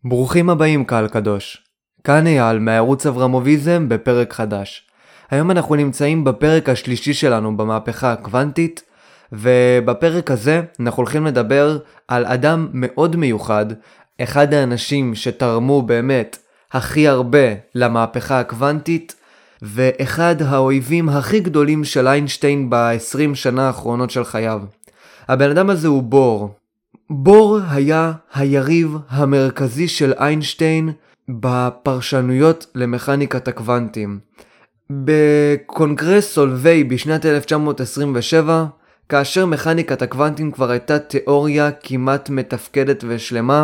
ברוכים הבאים קהל קדוש. כאן אייל מהערוץ אברמוביזם בפרק חדש. היום אנחנו נמצאים בפרק השלישי שלנו במהפכה הקוונטית, ובפרק הזה אנחנו הולכים לדבר על אדם מאוד מיוחד, אחד האנשים שתרמו באמת הכי הרבה למהפכה הקוונטית, ואחד האויבים הכי גדולים של איינשטיין ב-20 שנה האחרונות של חייו. הבן אדם הזה הוא בור. בור היה היריב המרכזי של איינשטיין בפרשנויות למכניקת הקוונטים. בקונגרס סולווי בשנת 1927, כאשר מכניקת הקוונטים כבר הייתה תיאוריה כמעט מתפקדת ושלמה,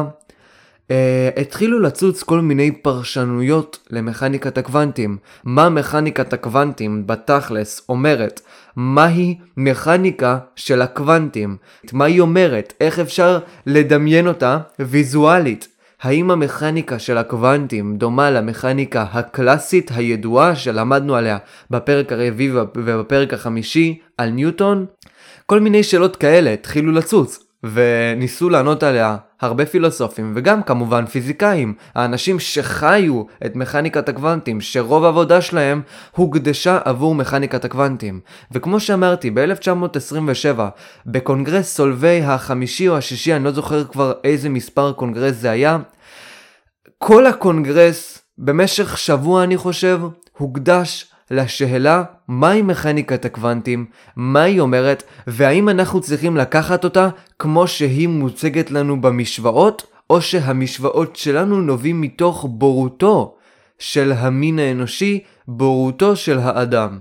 התחילו לצוץ כל מיני פרשנויות למכניקת הקוונטים. מה מכניקת הקוונטים בתכלס אומרת? מהי מכניקה של הקוונטים? מה היא אומרת? איך אפשר לדמיין אותה ויזואלית? האם המכניקה של הקוונטים דומה למכניקה הקלאסית הידועה שלמדנו עליה בפרק הרביעי ובפרק החמישי על ניוטון? כל מיני שאלות כאלה התחילו לצוץ, וניסו לענות עליה הרבה פילוסופים וגם כמובן פיזיקאים, האנשים שחיו את מכניקת הקוונטים, שרוב העבודה שלהם הוקדשה עבור מכניקת הקוונטים. וכמו שאמרתי, ב-1927 בקונגרס סולווי החמישי או השישי, אני לא זוכר כבר איזה מספר קונגרס זה היה, כל הקונגרס במשך שבוע אני חושב הוקדש לשאלה מהי מכניקת הקוונטים, מה היא אומרת, והאם אנחנו צריכים לקחת אותה כמו שהיא מוצגת לנו במשוואות, או שהמשוואות שלנו נובעים מתוך בורותו של המין האנושי, בורותו של האדם.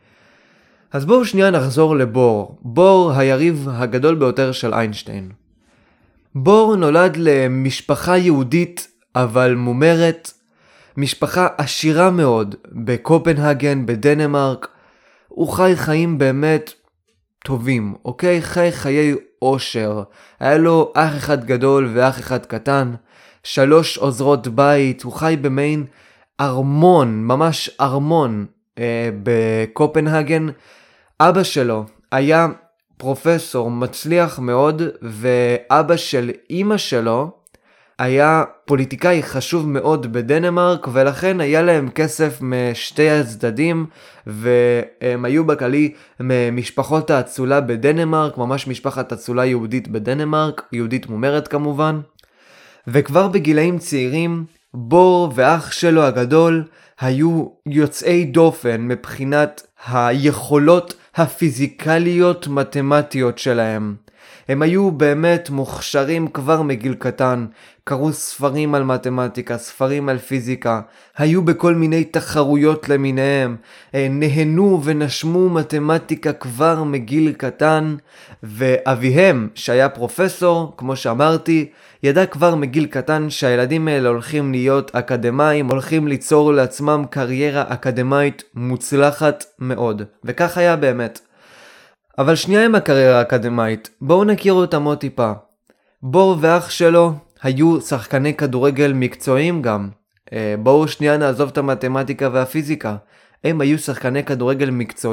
אז בואו שנייה נחזור לבור. בור היריב הגדול ביותר של איינשטיין. בור נולד למשפחה יהודית אבל מומרת, משפחה עשירה מאוד בקופנהגן בדנמרק. הוא חי חיים באמת טובים, אוקיי? חי חיי אושר. היה לו אח אחד גדול ואח אחד קטן, 3 עוזרות בית. הוא חי במין ארמון, ממש ארמון בקופנהגן. אבא שלו היה פרופסור מצליח מאוד, ואבא של אמא שלו היה פוליטיקאי חשוב מאוד בדנמרק, ולכן היה להם כסף משתי הצדדים, והם היו בכללי ממשפחות האצולה בדנמרק, ממש משפחת אצולה יהודית בדנמרק, יהודית מומרת כמובן. וכבר בגילאים צעירים, בור ואח שלו הגדול היו יוצאי דופן מבחינת היכולות הפיזיקליות מתמטיות שלהם. הם היו באמת מוכשרים כבר מגיל קטן, קראו ספרים על מתמטיקה, ספרים על פיזיקה, היו בכל מיני תחרויות למיניהם, נהנו ונשמו מתמטיקה כבר מגיל קטן, ואביהם שהיה פרופסור, כמו שאמרתי, ידע כבר מגיל קטן שהילדים האלה הולכים להיות אקדמיים, הולכים ליצור לעצמם קריירה אקדמית מוצלחת מאוד, וכך היה באמת. אבל שנייה עם הקריירה האקדמית, בואו נכיר אותם עוד טיפה. בור ואח שלו היו שחקני כדורגל מקצועיים גם. בואו שנייה נעזוב את המתמטיקה והפיזיקה. הם היו שחקני כדורגל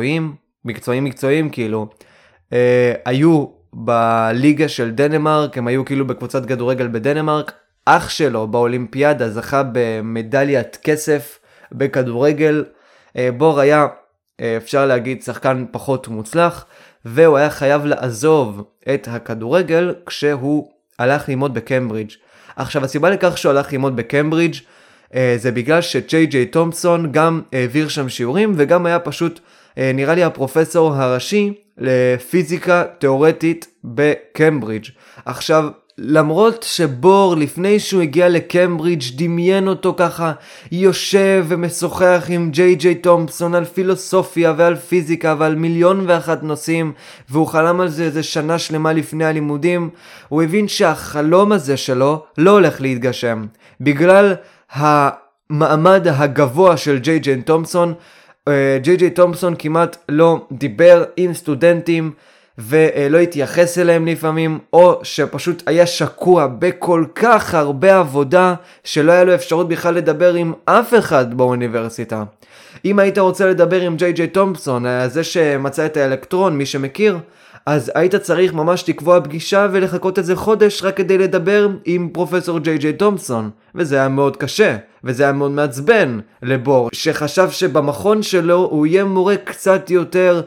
מקצועיים כאילו. היו בליגה של דנמרק, הם היו כאילו בקבוצת כדורגל בדנמרק. אח שלו באולימפיאדה זכה במדליית כסף בכדורגל. בור היה, אפשר להגיד, שחקן פחות מוצלח, והוא היה חייב לעזוב את הכדורגל כשהוא הלך ללמוד בקמברידג'. עכשיו, הסיבה לכך שהוא הלך ללמוד בקמברידג' זה בגלל שג'יי ג'יי תומפסון גם העביר שם שיעורים, וגם היה פשוט, נראה לי, הפרופסור הראשי לפיזיקה תיאורטית בקמברידג'. עכשיו, למרות שבור לפני שהוא הגיע לקמברידג' דמיין אותו ככה יושב ומשוחח עם ג'יי ג'יי תומפסון על פילוסופיה ועל פיזיקה ועל 1,001,000 נושאים, והוא חלם על זה איזה שנה שלמה לפני הלימודים, הוא הבין שהחלום הזה שלו לא הולך להתגשם בגלל המעמד הגבוה של ג'יי ג'יי תומפסון. ג'יי ג'יי תומפסון כמעט לא דיבר עם סטודנטים ולא התייחס אליהם לפעמים, או שפשוט היה שקוע בכל כך הרבה עבודה שלא היה לו אפשרות בכלל לדבר עם אף אחד באוניברסיטה. אם היית רוצה לדבר עם ג'יי ג'יי תומפסון, זה שמצא את האלקטרון, מי שמכיר, אז היית צריך ממש לקבוע פגישה ולחכות איזה חודש רק כדי לדבר עם פרופסור ג'יי ג'יי תומפסון. וזה היה מאוד קשה, וזה היה מאוד מעצבן לבור, שחשב שבמכון שלו הוא יהיה מורה קצת יותר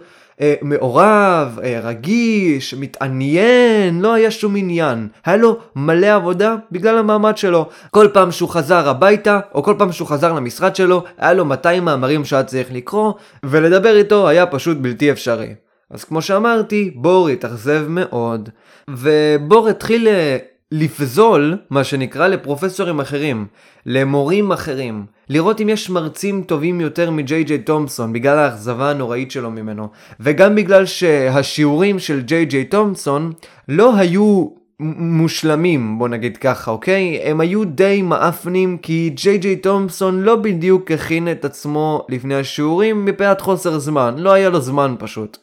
מעורב, רגיש, מתעניין, לא היה שום עניין. היה לו מלא עבודה בגלל המעמד שלו. כל פעם שהוא חזר הביתה, או כל פעם שהוא חזר למשרד שלו, היה לו 200 מאמרים שהיה צריך לקרוא, ולדבר איתו היה פשוט בלתי אפשרי. אז כמו שאמרתי, בור התאכזב מאוד, ובור התחיל לפזול, מה שנקרא, לפרופסורים אחרים, למורים אחרים, לראות אם יש מרצים טובים יותר מג'יי ג'יי תומפסון, בגלל האכזבה הנוראית שלו ממנו, וגם בגלל שהשיעורים של ג'יי ג'יי תומפסון לא היו מושלמים, בוא נגיד ככה, אוקיי? הם היו די מאפנים, כי ג'יי ג'יי תומפסון לא בדיוק הכין את עצמו לפני השיעורים מפאת חוסר זמן, לא היה לו זמן פשוט.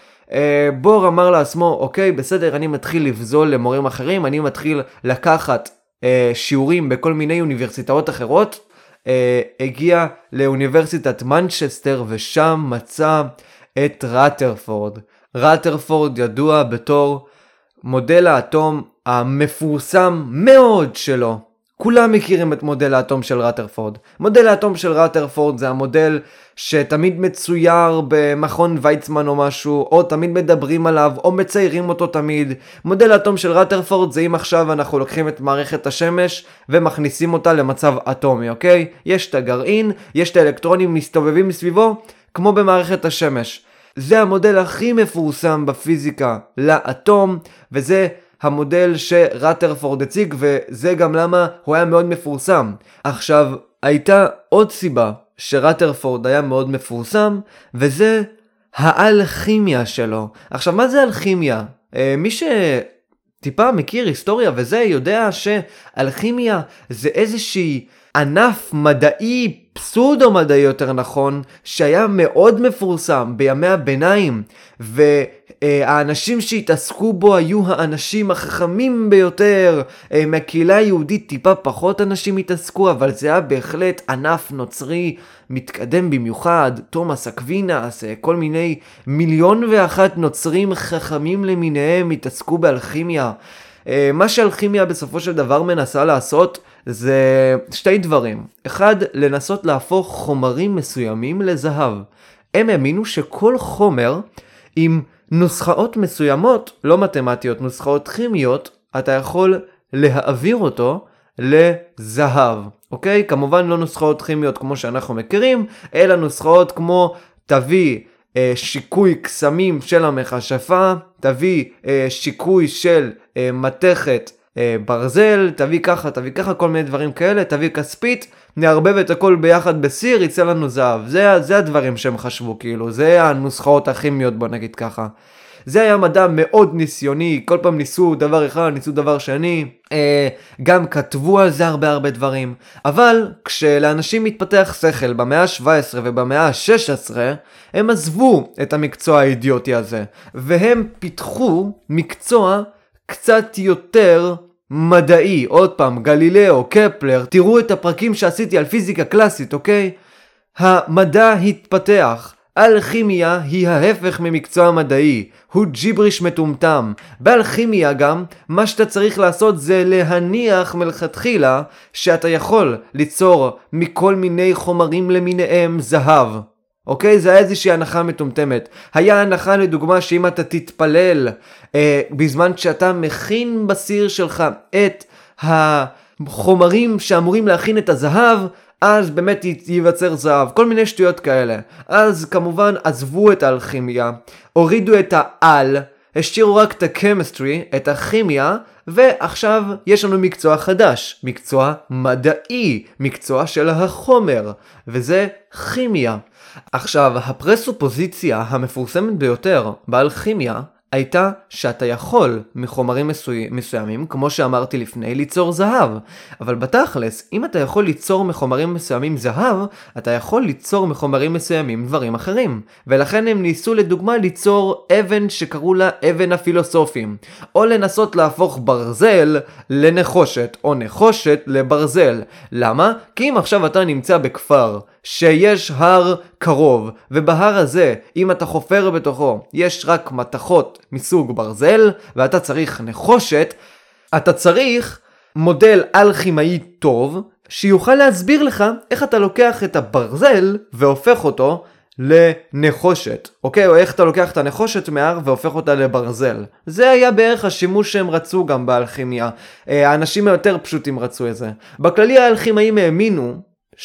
בור אמר לעצמו, אוקיי, בסדר, אני מתחיל לבזול למורים אחרים, אני מתחיל לקחת שיעורים בכל מיני אוניברסיטאות אחרות, הגיע לאוניברסיטת מנצ'סטר ושם מצא את רת'רפורד. רת'רפורד ידוע בתור מודל האטום המפורסם מאוד שלו. כולם מכירים את מודל האטום של רת'רפורד. מודל האטום של רת'רפורד זה המודל שתמיד מצויר במכון ויצמן או משהו, או תמיד מדברים עליו, או מציירים אותו תמיד. מודל האטום של רת'רפורד זה אם עכשיו אנחנו לוקחים את מערכת השמש ומכניסים אותה למצב אטומי, אוקיי? יש את הגרעין, יש את האלקטרונים מסתובבים מסביבו, כמו במערכת השמש. זה המודל הכי מפורסם בפיזיקה לאטום, וזה המודל שרת'רפורד הציג, וזה גם למה הוא היה מאוד מפורסם. עכשיו, הייתה עוד סיבה שרת'רפורד היה מאוד מפורסם, וזה האלכימיה שלו. עכשיו, מה זה אלכימיה? מי שטיפה מכיר היסטוריה וזה יודע שאלכימיה זה איזושהי ענף מדעי, פסודו מדעי יותר נכון, שהיה מאוד מפורסם בימי הביניים, והאנשים שהתעסקו בו היו האנשים החכמים ביותר. מהקהילה היהודית טיפה פחות אנשים התעסקו, אבל זה היה בהחלט ענף נוצרי מתקדם במיוחד. תומאס אקווינס, כל מיני 1,001,000 נוצרים חכמים למיניהם התעסקו באלכימיה. מה שאלכימיה בסופו של דבר מנסה לעשות זה שתי דברים. אחד, לנסות להפוך חומרים מסוימים לזהב. הם האמינו שכל חומר עם נוסחאות מסוימות, לא מתמטיות, נוסחאות כימיות, אתה יכול להעביר אותו לזהב. אוקיי? כמובן לא נוסחאות כימיות כמו שאנחנו מכירים, אלא נוסחאות כמו תביא שיקוי קסמים של המכשפה, תביא שיקוי של מתכת ברזל, תביא ככה, כל מיני דברים כאלה, תביא כספית, נערבב את הכל ביחד בסיר, יצא לנו זהב. זה הדברים שהם חשבו, כאילו, זה הנוסחאות הכימיות, בוא נגיד ככה. זה היה מדע מאוד ניסיוני, כל פעם ניסו דבר אחד, ניסו דבר שני, גם כתבו על זה הרבה דברים, אבל כשלאנשים מתפתח שכל במאה ה-17 ובמאה ה-16, הם עזבו את המקצוע האידיוטי הזה, והם פיתחו מקצוע קצת יותר מדעי. עוד פעם, גלילאו, קפלר, תראו את הפרקים שעשיתי על פיזיקה קלאסית, אוקיי? המדע התפתח. אלכימיה היא ההפך ממקצוע מדעי, הוא ג'יבריש מטומטם. באלכימיה גם, מה שאתה צריך לעשות זה להניח מלכתחילה שאתה יכול ליצור מכל מיני חומרים למיניהם זהב. אוקיי? זה היה איזושהי הנחה מטומטמת. היה הנחה לדוגמה שאם אתה תתפלל בזמן שאתה מכין בסיר שלך את החומרים שאמורים להכין את הזהב, אז באמת ייווצר זהב, כל מיני שטויות כאלה. אז כמובן עזבו את האלכימיה, הורידו את העל, השאירו רק את הקמיסטרי, את הכימיה, ועכשיו יש לנו מקצוע חדש, מקצוע מדעי, מקצוע של החומר, וזה כימיה. עכשיו, הפרסופוזיציה המפורסמת ביותר באלכימיה הייתה שאתה יכול מחומרים מסוימים, כמו שאמרתי לפני, ליצור זהב. אבל בתכלס, אם אתה יכול ליצור מחומרים מסוימים זהב, אתה יכול ליצור מחומרים מסוימים דברים אחרים. ולכן הם ניסו לדוגמה ליצור אבן שקראו לה אבן הפילוסופים. או לנסות להפוך ברזל לנחושת, או נחושת לברזל. למה? כי אם עכשיו אתה נמצא בכפר שיש הר קרוב, ובהר הזה, אם אתה חופר בתוכו, יש רק מתכות מסוג ברזל, ואתה צריך נחושת, אתה צריך מודל אלכימאי טוב, שיוכל להסביר לך איך אתה לוקח את הברזל והופך אותו לנחושת, אוקיי? או איך אתה לוקח את הנחושת מהר והופך אותה לברזל. זה היה בערך השימוש שהם רצו גם באלכימיה. האנשים היותר פשוטים רצו את זה. בכללי האלכימאים האמינו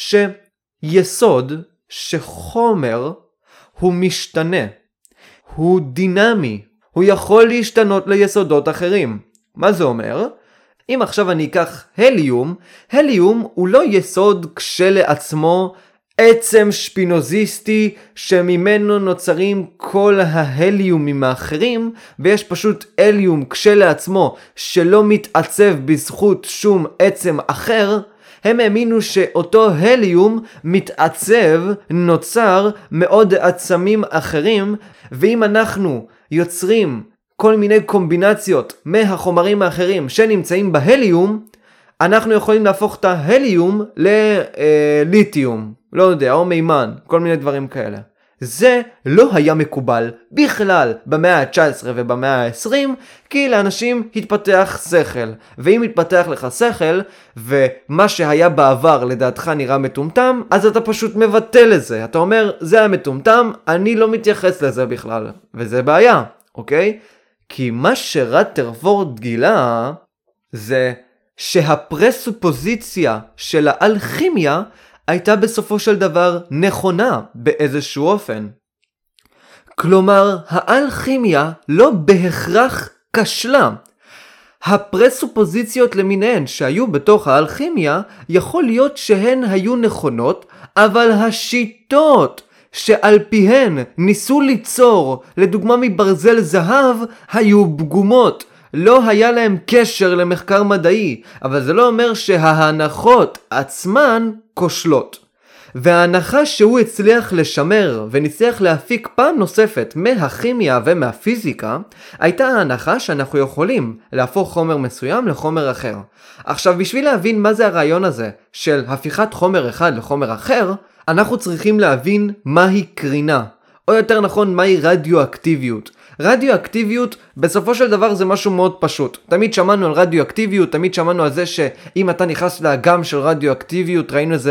שיסוד, שחומר הוא משתנה, הוא דינמי, הוא יכול להשתנות ליסודות אחרים. מה זה אומר? אם עכשיו אני אקח הליום, הליום הוא לא יסוד כשלעצמו עצם שפינוזיסטי שממנו נוצרים כל ההליומים האחרים, ויש פשוט הליום כשלעצמו שלא מתעצב בזכות שום עצם אחר. הם האמינו שאותו הליום מתעצב, נוצר מעוד עצמים אחרים, ואם אנחנו יוצרים כל מיני קומבינציות מהחומרים האחרים שנמצאים בהליום, אנחנו יכולים להפוך את ההליום לליתיום, לא יודע, או מימן, כל מיני דברים כאלה. זה לא היה מקובל בכלל במאה ה-19 ובמאה ה-20, כי לאנשים התפתח שכל. ואם התפתח לך שכל, ומה שהיה בעבר לדעתך נראה מטומטם, אז אתה פשוט מבטל את זה. אתה אומר, זה היה מטומטם, אני לא מתייחס לזה בכלל. וזה בעיה, אוקיי? כי מה שרת'רפורד גילה, זה שהפרסופוזיציה של האלכימיה הייתה בסופו של דבר נכונה באיזשהו אופן. כלומר, האלכימיה לא בהכרח כשלה. הפרסופוזיציות למיניהן שהיו בתוך האלכימיה, יכול להיות שהן היו נכונות, אבל השיטות שעל פיהן ניסו ליצור, לדוגמה מברזל זהב, היו פגומות. לא היה להם קשר למחקר מדעי, אבל זה לא אומר שההנחות עצמן כושלות. וההנחה שהוא הצליח לשמר וניסח להפיק פעם נוספת מהכימיה ומהפיזיקה, הייתה ההנחה שאנחנו יכולים להפוך חומר מסוים לחומר אחר. עכשיו, בשביל להבין מה זה הרעיון הזה של הפיכת חומר אחד לחומר אחר, אנחנו צריכים להבין מהי קרינה, או יותר נכון מהי רדיואקטיביות. רדיואקטיביות בסופו של דבר זה משהו מאוד פשוט. תמיד שמענו על רדיואקטיביות, תמיד שמענו על זה שאם אתה נכנס לאגם של רדיואקטיביות, ראינו את זה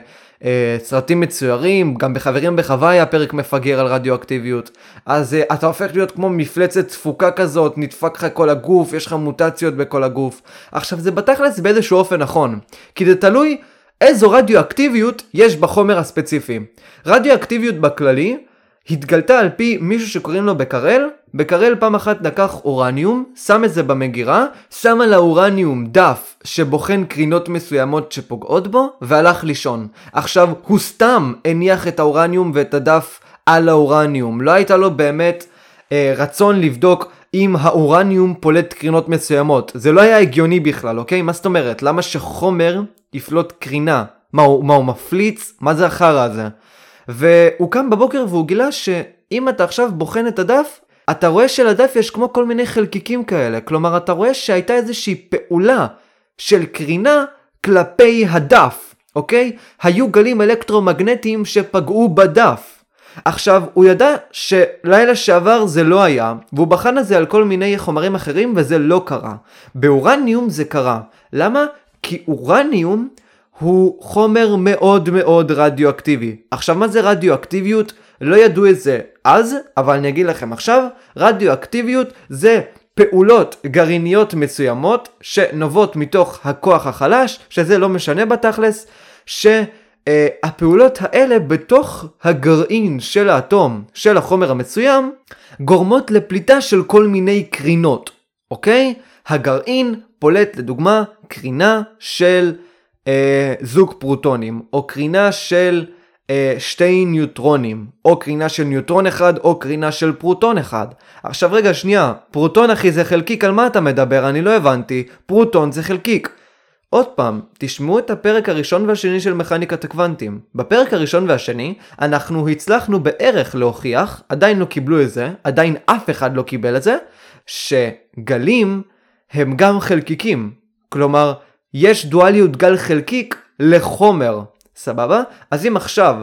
בסרטים מצוירים, גם בחברים בחוויה פרק מפגר על רדיואקטיביות. אז אתה הופך להיות כמו מפלצת תפוקה כזאת, נדפק לך כל הגוף, יש לך מוטציות בכל הגוף. עכשיו זה בתכלס באיזשהו אופן נכון, כי זה תלוי איזו רדיואקטיביות יש בחומר הספציפי. רדיואקטיביות בכללי התגלתה על פי מישהו שקוראים לו בקרל. בקרל פעם אחת לקח אורניום, שם את זה במגירה, שם על האורניום דף שבוחן קרינות מסוימות שפוגעות בו, והלך לישון. עכשיו, הוא סתם הניח את האורניום ואת הדף על האורניום. לא הייתה לו באמת רצון לבדוק אם האורניום פולט קרינות מסוימות. זה לא היה הגיוני בכלל, אוקיי? מה זאת אומרת? למה שחומר יפלוט קרינה? מה הוא מפליץ? מה זה החרא הזה? והוא קם בבוקר והוא גילה שאם אתה עכשיו בוחן את הדף, אתה רואה שלדף יש כמו כל מיני חלקיקים כאלה. כלומר, אתה רואה שהייתה איזושהי פעולה של קרינה כלפי הדף, אוקיי? היו גלים אלקטרומגנטיים שפגעו בדף. עכשיו, הוא ידע שלילה שעבר זה לא היה, והוא בחן את זה על כל מיני חומרים אחרים וזה לא קרה. באורניום זה קרה. למה? כי אורניום הוא חומר מאוד מאוד רדיואקטיבי. עכשיו, מה זה רדיואקטיביות? לא ידעו את זה אז, אבל אני אגיד לכם עכשיו, רדיואקטיביות זה פעולות גרעיניות מסוימות שנובעות מתוך הכוח החלש, שזה לא משנה בתכלס, שהפעולות האלה בתוך הגרעין של האטום של החומר המסוים, גורמות לפליטה של כל מיני קרינות, אוקיי? הגרעין פולט לדוגמה קרינה של זוג פרוטונים, או קרינה של שתי ניוטרונים, או קרינה של ניוטרון אחד, או קרינה של פרוטון אחד. עכשיו רגע, שנייה, פרוטון אחי זה חלקיק, על מה אתה מדבר? אני לא הבנתי. פרוטון זה חלקיק. עוד פעם, תשמעו את הפרק הראשון והשני של מכניקת הקוונטים. בפרק הראשון והשני, אנחנו הצלחנו בערך להוכיח, עדיין לא קיבלו את זה, עדיין אף אחד לא קיבל את זה, שגלים הם גם חלקיקים. כלומר, יש דואליות גל חלקיק לחומר. סבבה? אז אם עכשיו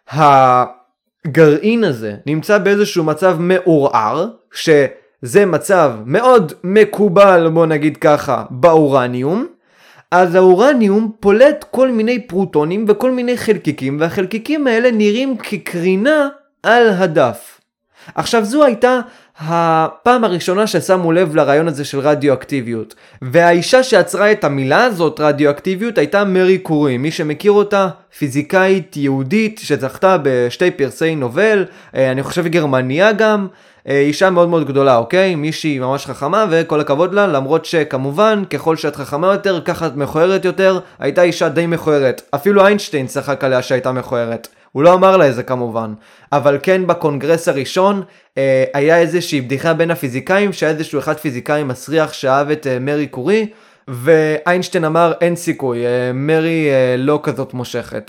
הגרעין הזה נמצא באיזשהו מצב מעורער, שזה מצב מאוד מקובל, בוא נגיד ככה, באורניום, אז האורניום פולט כל מיני פרוטונים וכל מיני חלקיקים, והחלקיקים האלה נראים כקרינה על הדף. עכשיו זו הייתה הפעם הראשונה ששמו לב לרעיון הזה של רדיואקטיביות, והאישה שעצרה את המילה הזאת רדיואקטיביות הייתה מרי קורי. מי שמכיר אותה, פיזיקאית יהודית שזכתה בשתי פרסי נובל, אני חושב גרמניה גם, אישה מאוד מאוד גדולה, אוקיי? מישהי ממש חכמה וכל הכבוד לה, למרות שכמובן ככל שאת חכמה יותר ככה את מכוערת יותר. הייתה אישה די מכוערת, אפילו איינשטיין צחק עליה שהייתה מכוערת, הוא לא אמר לה איזה כמובן, אבל כן בקונגרס הראשון היה איזושהי בדיחה בין הפיזיקאים, שהיה איזשהו אחד פיזיקאי מסריח שאהב את מרי קורי, ואיינשטיין אמר אין סיכוי, מרי לא כזאת מושכת.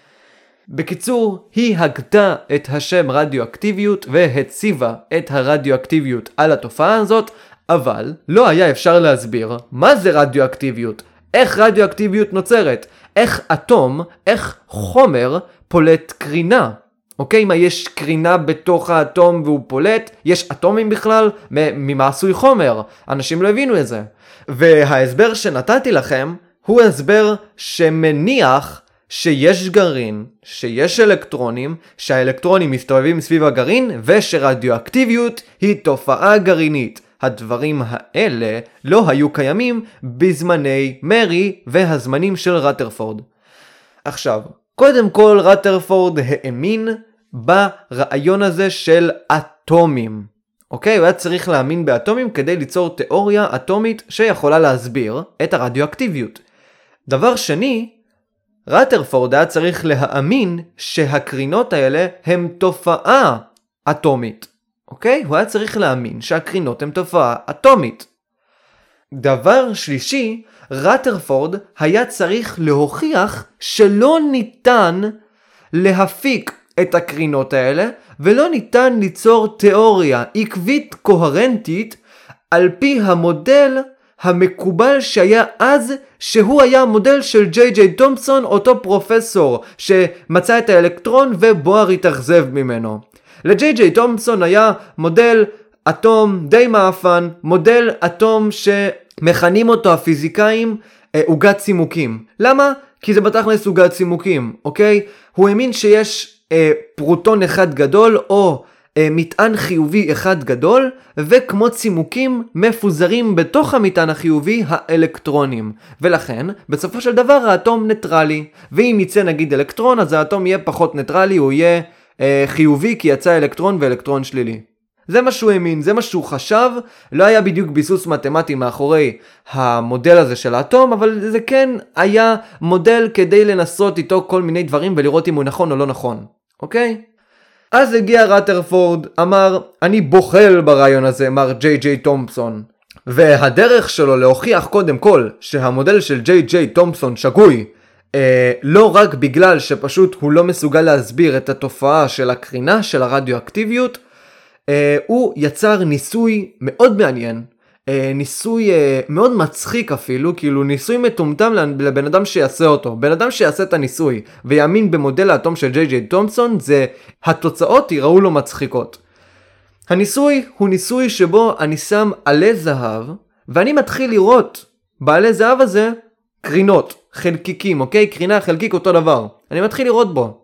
בקיצור, היא הגתה את השם רדיואקטיביות והציבה את הרדיואקטיביות על התופעה הזאת, אבל לא היה אפשר להסביר מה זה רדיואקטיביות, איך רדיואקטיביות נוצרת, איך אטום, איך חומר פולט קרינה. אוקיי, מה יש קרינה בתוך האטום והוא פולט? יש אטומים בכלל? ממה עשוי חומר? אנשים לא הבינו את זה. וההסבר שנתתי לכם הוא הסבר שמניח שיש גרעין, שיש אלקטרונים, שהאלקטרונים מסתובבים סביב הגרעין, ושרדיואקטיביות היא תופעה גרעינית. הדברים האלה לא היו קיימים בזמני מרי והזמנים של רת'רפורד. עכשיו, קודם כל רת'רפורד האמין ברעיון הזה של אטומים. אוקיי? הוא היה צריך להאמין באטומים כדי ליצור תיאוריה אטומית שיכולה להסביר את הרדיואקטיביות. דבר שני, רת'רפורד היה צריך להאמין שהקרינות האלה הם תופעה אטומית. אוקיי? הוא היה צריך להאמין שהקרינות הן תופעה אטומית. דבר שלישי, רת'רפורד היה צריך להוכיח שלא ניתן להפיק את הקרינות האלה, ולא ניתן ליצור תיאוריה עקבית קוהרנטית על פי המודל המקובל שהיה אז, שהוא היה המודל של ג'יי תומפסון, אותו פרופסור שמצא את האלקטרון ובוהר התאכזב ממנו. לג'יי תומפסון היה מודל אטום די מאפן, מודל אטום שמכנים אותו הפיזיקאים עוגת צימוקים. למה? כי זה בתכלס עוגת צימוקים, אוקיי? הוא האמין שיש פרוטון אחד גדול או מטען חיובי אחד גדול, וכמו צימוקים מפוזרים בתוך המטען החיובי האלקטרונים. ולכן בסופו של דבר האטום ניטרלי, ואם יצא נגיד אלקטרון אז האטום יהיה פחות ניטרלי, הוא יהיה חיובי כי יצא אלקטרון ואלקטרון שלילי. זה מה שהוא האמין, זה מה שהוא חשב. לא היה בדיוק ביסוס מתמטי מאחורי המודל הזה של האטום, אבל זה כן היה מודל כדי לנסות איתו כל מיני דברים ולראות אם הוא נכון או לא נכון. אוקיי? אז הגיע רת'רפורד, אמר, אני בוחל ברעיון הזה, מר ג'יי תומפסון. והדרך שלו להוכיח קודם כל שהמודל של ג'יי תומפסון שגוי, לא רק בגלל שפשוט הוא לא מסוגל להסביר את התופעה של הקרינה, של הרדיואקטיביות, הוא יצר ניסוי מאוד מעניין, ניסוי מאוד מצחיק אפילו, כאילו ניסוי מטומטם לבן אדם שיעשה אותו. בן אדם שיעשה את הניסוי ויאמין במודל האטום של ג'יי תומפסון, התוצאות יראו לו מצחיקות. הניסוי הוא ניסוי שבו אני שם עלי זהב, ואני מתחיל לראות בעלי זהב הזה קרינות, חלקיקים, אוקיי? קרינה, חלקיק, אותו דבר. אני מתחיל לראות בו.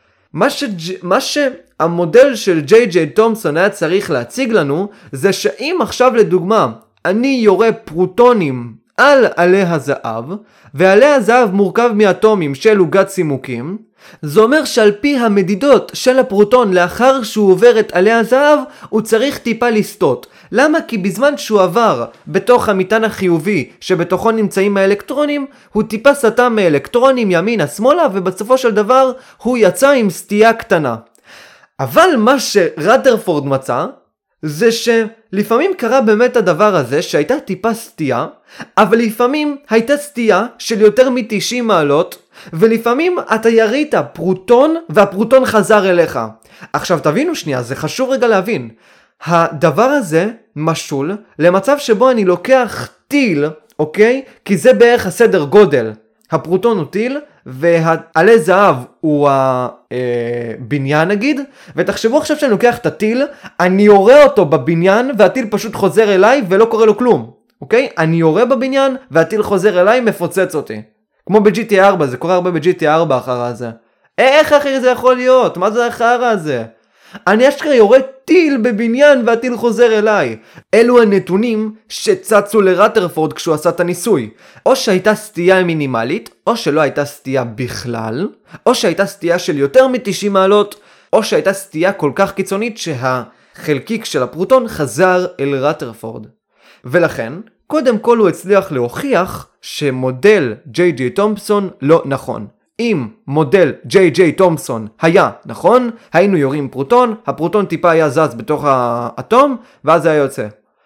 מה שהמודל של ג'יי תומפסון היה צריך להציג לנו, זה שאם עכשיו לדוגמה אני יורה פרוטונים על עלי הזהב, ועלי הזהב מורכב מאטומים של עוגת צימוקים, זה אומר שעל פי המדידות של הפרוטון לאחר שהוא עובר את עלי הזהב, הוא צריך טיפה לסטות. למה? כי בזמן שהוא עבר בתוך המטען החיובי שבתוכו נמצאים האלקטרונים, הוא טיפה סטה מאלקטרונים ימינה שמאלה, ובסופו של דבר הוא יצא עם סטייה קטנה. אבל מה שרת'רפורד מצא, זה שלפעמים קרה באמת הדבר הזה שהייתה טיפה סטייה, אבל לפעמים הייתה סטייה של יותר מ-90 מעלות, ולפעמים אתה ירית פרוטון והפרוטון חזר אליך. עכשיו תבינו שנייה, זה חשוב רגע להבין. הדבר הזה משול למצב שבו אני לוקח טיל, אוקיי? כי זה בערך הסדר גודל. הפרוטון הוא טיל, והעלה זהב הוא הבניין נגיד, ותחשבו עכשיו שאני לוקח את הטיל, אני יורה אותו בבניין, והטיל פשוט חוזר אליי ולא קורה לו כלום. אוקיי? אני יורה בבניין, והטיל חוזר אליי, מפוצץ אותי. כמו ב-GTA 4, זה קורה הרבה ב-GTA 4 אחר הזה. איך אחרי זה יכול להיות? מה זה אחר הזה? אני אשכרה יורה טיל בבניין והטיל חוזר אליי. אלו הנתונים שצצו לרת'רפורד כשהוא עשה את הניסוי. או שהייתה סטייה מינימלית, או שלא הייתה סטייה בכלל, או שהייתה סטייה של יותר מ-90 מעלות, או שהייתה סטייה כל כך קיצונית שהחלקיק של הפרוטון חזר אל רת'רפורד. ולכן, קודם כל הוא הצליח להוכיח שמודל ג'יי תומפסון לא נכון. אם מודל ג'יי תומפסון היה נכון, היינו יורים פרוטון, הפרוטון טיפה היה זז בתוך האטום, ואז זה היה יוצא.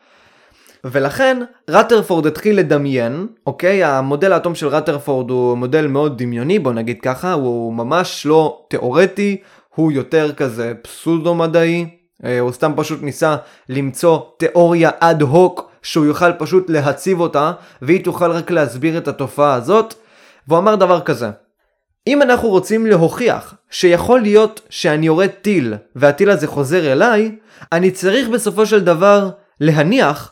ולכן רת'רפורד התחיל לדמיין, אוקיי? המודל האטום של רת'רפורד הוא מודל מאוד דמיוני, בוא נגיד ככה, הוא ממש לא תיאורטי, הוא יותר כזה פסודו מדעי, הוא סתם פשוט ניסה למצוא תיאוריה אד הוק, שהוא יוכל פשוט להציב אותה, והיא תוכל רק להסביר את התופעה הזאת, והוא אמר דבר כזה. אם אנחנו רוצים להוכיח שיכול להיות שאני יורה טיל והטיל הזה חוזר אליי, אני צריך בסופו של דבר להניח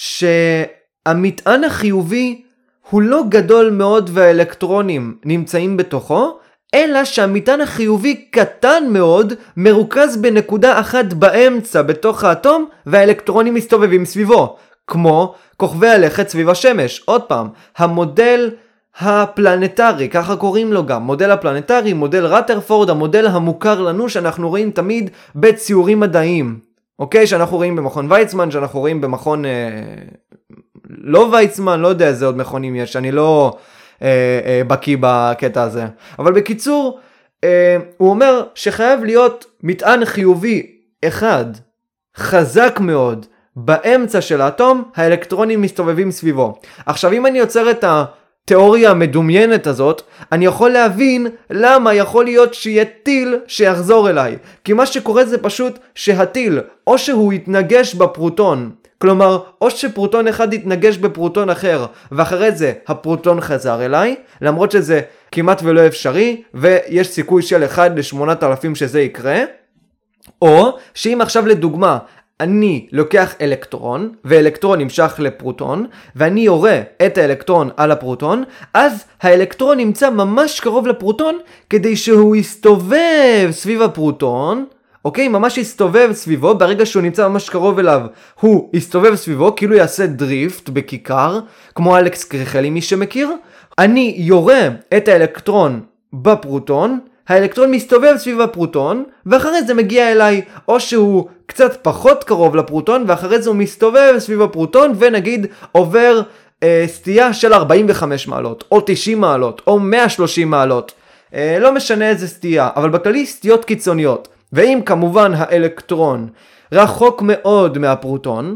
שהמטען החיובי הוא לא גדול מאוד והאלקטרונים נמצאים בתוכו, אלא שהמטען החיובי קטן מאוד, מרוכז בנקודה אחת באמצע בתוך האטום, והאלקטרונים מסתובבים סביבו, כמו כוכבי הלכת סביב השמש. עוד פעם, המודל הפלנטרי, ככה קוראים לו גם, מודל הפלנטרי, מודל רת'רפורד, המודל המוכר לנו שאנחנו רואים תמיד בציורים מדעיים, אוקיי? שאנחנו רואים במכון ויצמן, שאנחנו רואים במכון לא ויצמן, לא יודע איזה עוד מכונים יש, אני לא בקיא בקטע הזה. אבל בקיצור, הוא אומר שחייב להיות מטען חיובי אחד, חזק מאוד, באמצע של האטום, האלקטרונים מסתובבים סביבו. עכשיו אם אני יוצר את התיאוריה המדומיינת הזאת, אני יכול להבין למה יכול להיות שיהיה טיל שיחזור אליי. כי מה שקורה זה פשוט שהטיל, או שהוא יתנגש בפרוטון, כלומר, או שפרוטון אחד יתנגש בפרוטון אחר, ואחרי זה הפרוטון חזר אליי, למרות שזה כמעט ולא אפשרי, ויש סיכוי של 1 ל-8,000 שזה יקרה, או שאם עכשיו לדוגמה, אני לוקח אלקטרון, ואלקטרון נמשך לפרוטון, ואני יורה את האלקטרון על הפרוטון, אז האלקטרון נמצא ממש קרוב לפרוטון, כדי שהוא יסתובב סביב הפרוטון, אוקיי? ממש יסתובב סביבו, ברגע שהוא נמצא ממש קרוב אליו, הוא יסתובב סביבו, כאילו יעשה דריפט בכיכר, כמו אלכס קריכלי מי שמכיר. אני יורה את האלקטרון בפרוטון, האלקטרון מסתובב סביב הפרוטון, ואחרי זה מגיע אליי, או שהוא קצת פחות קרוב לפרוטון, ואחרי זה הוא מסתובב סביב הפרוטון, ונגיד עובר סטייה של 45 מעלות, או 90 מעלות, או 130 מעלות. לא משנה איזה סטייה, אבל בכללי סטיות קיצוניות. ואם כמובן האלקטרון רחוק מאוד מהפרוטון,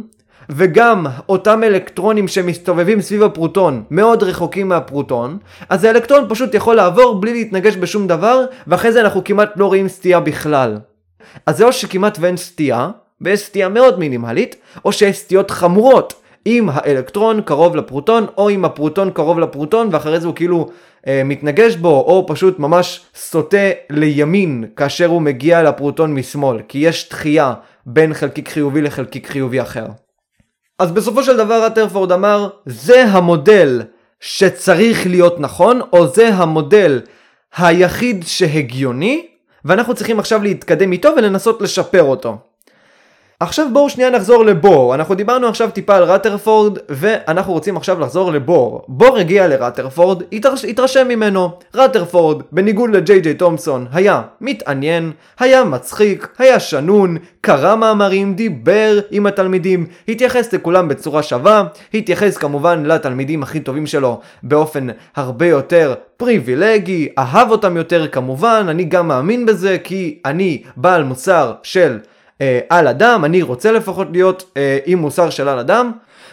וגם אותם אלקטרונים שמסתובבים סביב הפרוטון מאוד רחוקים מהפרוטון, אז האלקטרון פשוט יכול לעבור בלי להתנגש בשום דבר, ואחרי זה אנחנו כמעט לא רואים סטייה בכלל. אז זה או שכמעט ואין סטייה, ויש סטייה מאוד מינימלית, או שיש סטיות חמורות, אם האלקטרון קרוב לפרוטון, או אם הפרוטון קרוב לפרוטון, ואחרי זה הוא כאילו מתנגש בו, או פשוט ממש סוטה לימין, כאשר הוא מגיע לפרוטון משמאל, כי יש דחייה בין חלקיק חיובי לחלקיק חיובי אחר. אז בסופו של דבר רת'רפורד אמר, זה המודל שצריך להיות נכון, או זה המודל היחיד שהגיוני, ואנחנו צריכים עכשיו להתקדם איתו ולנסות לשפר אותו. עכשיו בואו שנייה נחזור לבור. אנחנו דיברנו עכשיו טיפה על רת'רפורד, ואנחנו רוצים עכשיו לחזור לבור. בור הגיע לרת'רפורד, התרשם ממנו. רת'רפורד, בניגוד לג'יי תומפסון, היה מתעניין, היה מצחיק, היה שנון, קרא מאמרים, דיבר עם התלמידים, התייחס לכולם בצורה שווה, התייחס כמובן לתלמידים הכי טובים שלו באופן הרבה יותר פריבילגי, אהב אותם יותר כמובן, אני גם מאמין בזה, כי אני בעל מוסר של על אדם, אני רוצה לפחות להיות עם מוסר של על אדם,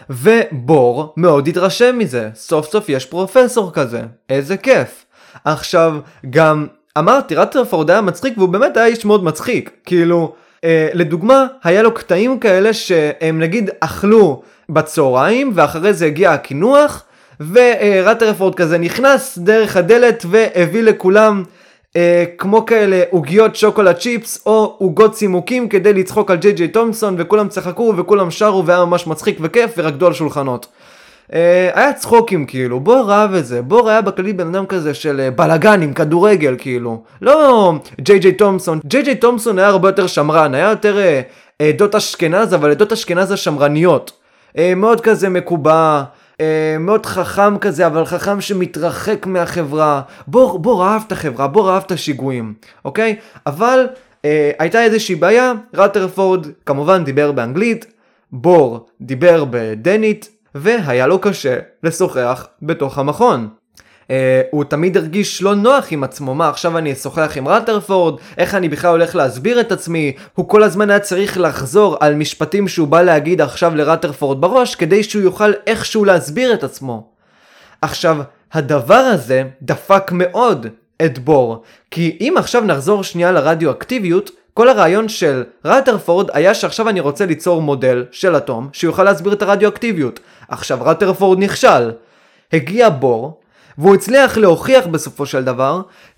ובור מאוד התרשם מזה. סוף סוף יש פרופסור כזה, איזה כיף. עכשיו גם אמרתי, רת'רפורד היה מצחיק, והוא באמת היה איש מאוד מצחיק, כאילו לדוגמה היה לו קטעים כאלה שהם נגיד אכלו בצהריים, ואחרי זה הגיע הקינוח, ורת'רפורד כזה נכנס דרך הדלת והביא לכולם כמו כאלה עוגיות שוקולד צ'יפס או עוגות צימוקים כדי לצחוק על ג'יי תומפסון, וכולם צחקו וכולם שרו והיה ממש מצחיק וכיף ורקדו על שולחנות. היה צחוקים כאילו, בור אהב את זה, בור היה בכללי בן אדם כזה של בלגן עם כדורגל כאילו, לא ג'יי תומפסון היה הרבה יותר שמרן, היה יותר עדות אשכנז, אבל עדות אשכנז השמרניות, מאוד כזה מקובע, מאוד חכם כזה, אבל חכם שמתרחק מהחברה. בור אהב את החברה, בור אהב את השיגועים, אוקיי? אבל הייתה איזושהי בעיה, רת'רפורד כמובן דיבר באנגלית, בור דיבר בדנית, והיה לו קשה לשוחח בתוך המכון. הוא תמיד הרגיש לא נוח עם עצמו, מה עכשיו אני אשוחח עם רת'רפורד, איך אני בכלל הולך להסביר את עצמי, הוא כל הזמן היה צריך לחזור על משפטים שהוא בא להגיד עכשיו לרת'רפורד בראש, כדי שהוא יוכל איכשהו להסביר את עצמו. עכשיו, הדבר הזה דפק מאוד את בור, כי אם עכשיו נחזור שנייה לרדיואקטיביות, כל הרעיון של רת'רפורד היה שעכשיו אני רוצה ליצור מודל של אטום שיוכל להסביר את הרדיואקטיביות. עכשיו רת'רפורד נכשל, הגיע בור, והוא הצליח להוכיח בסופו של דבר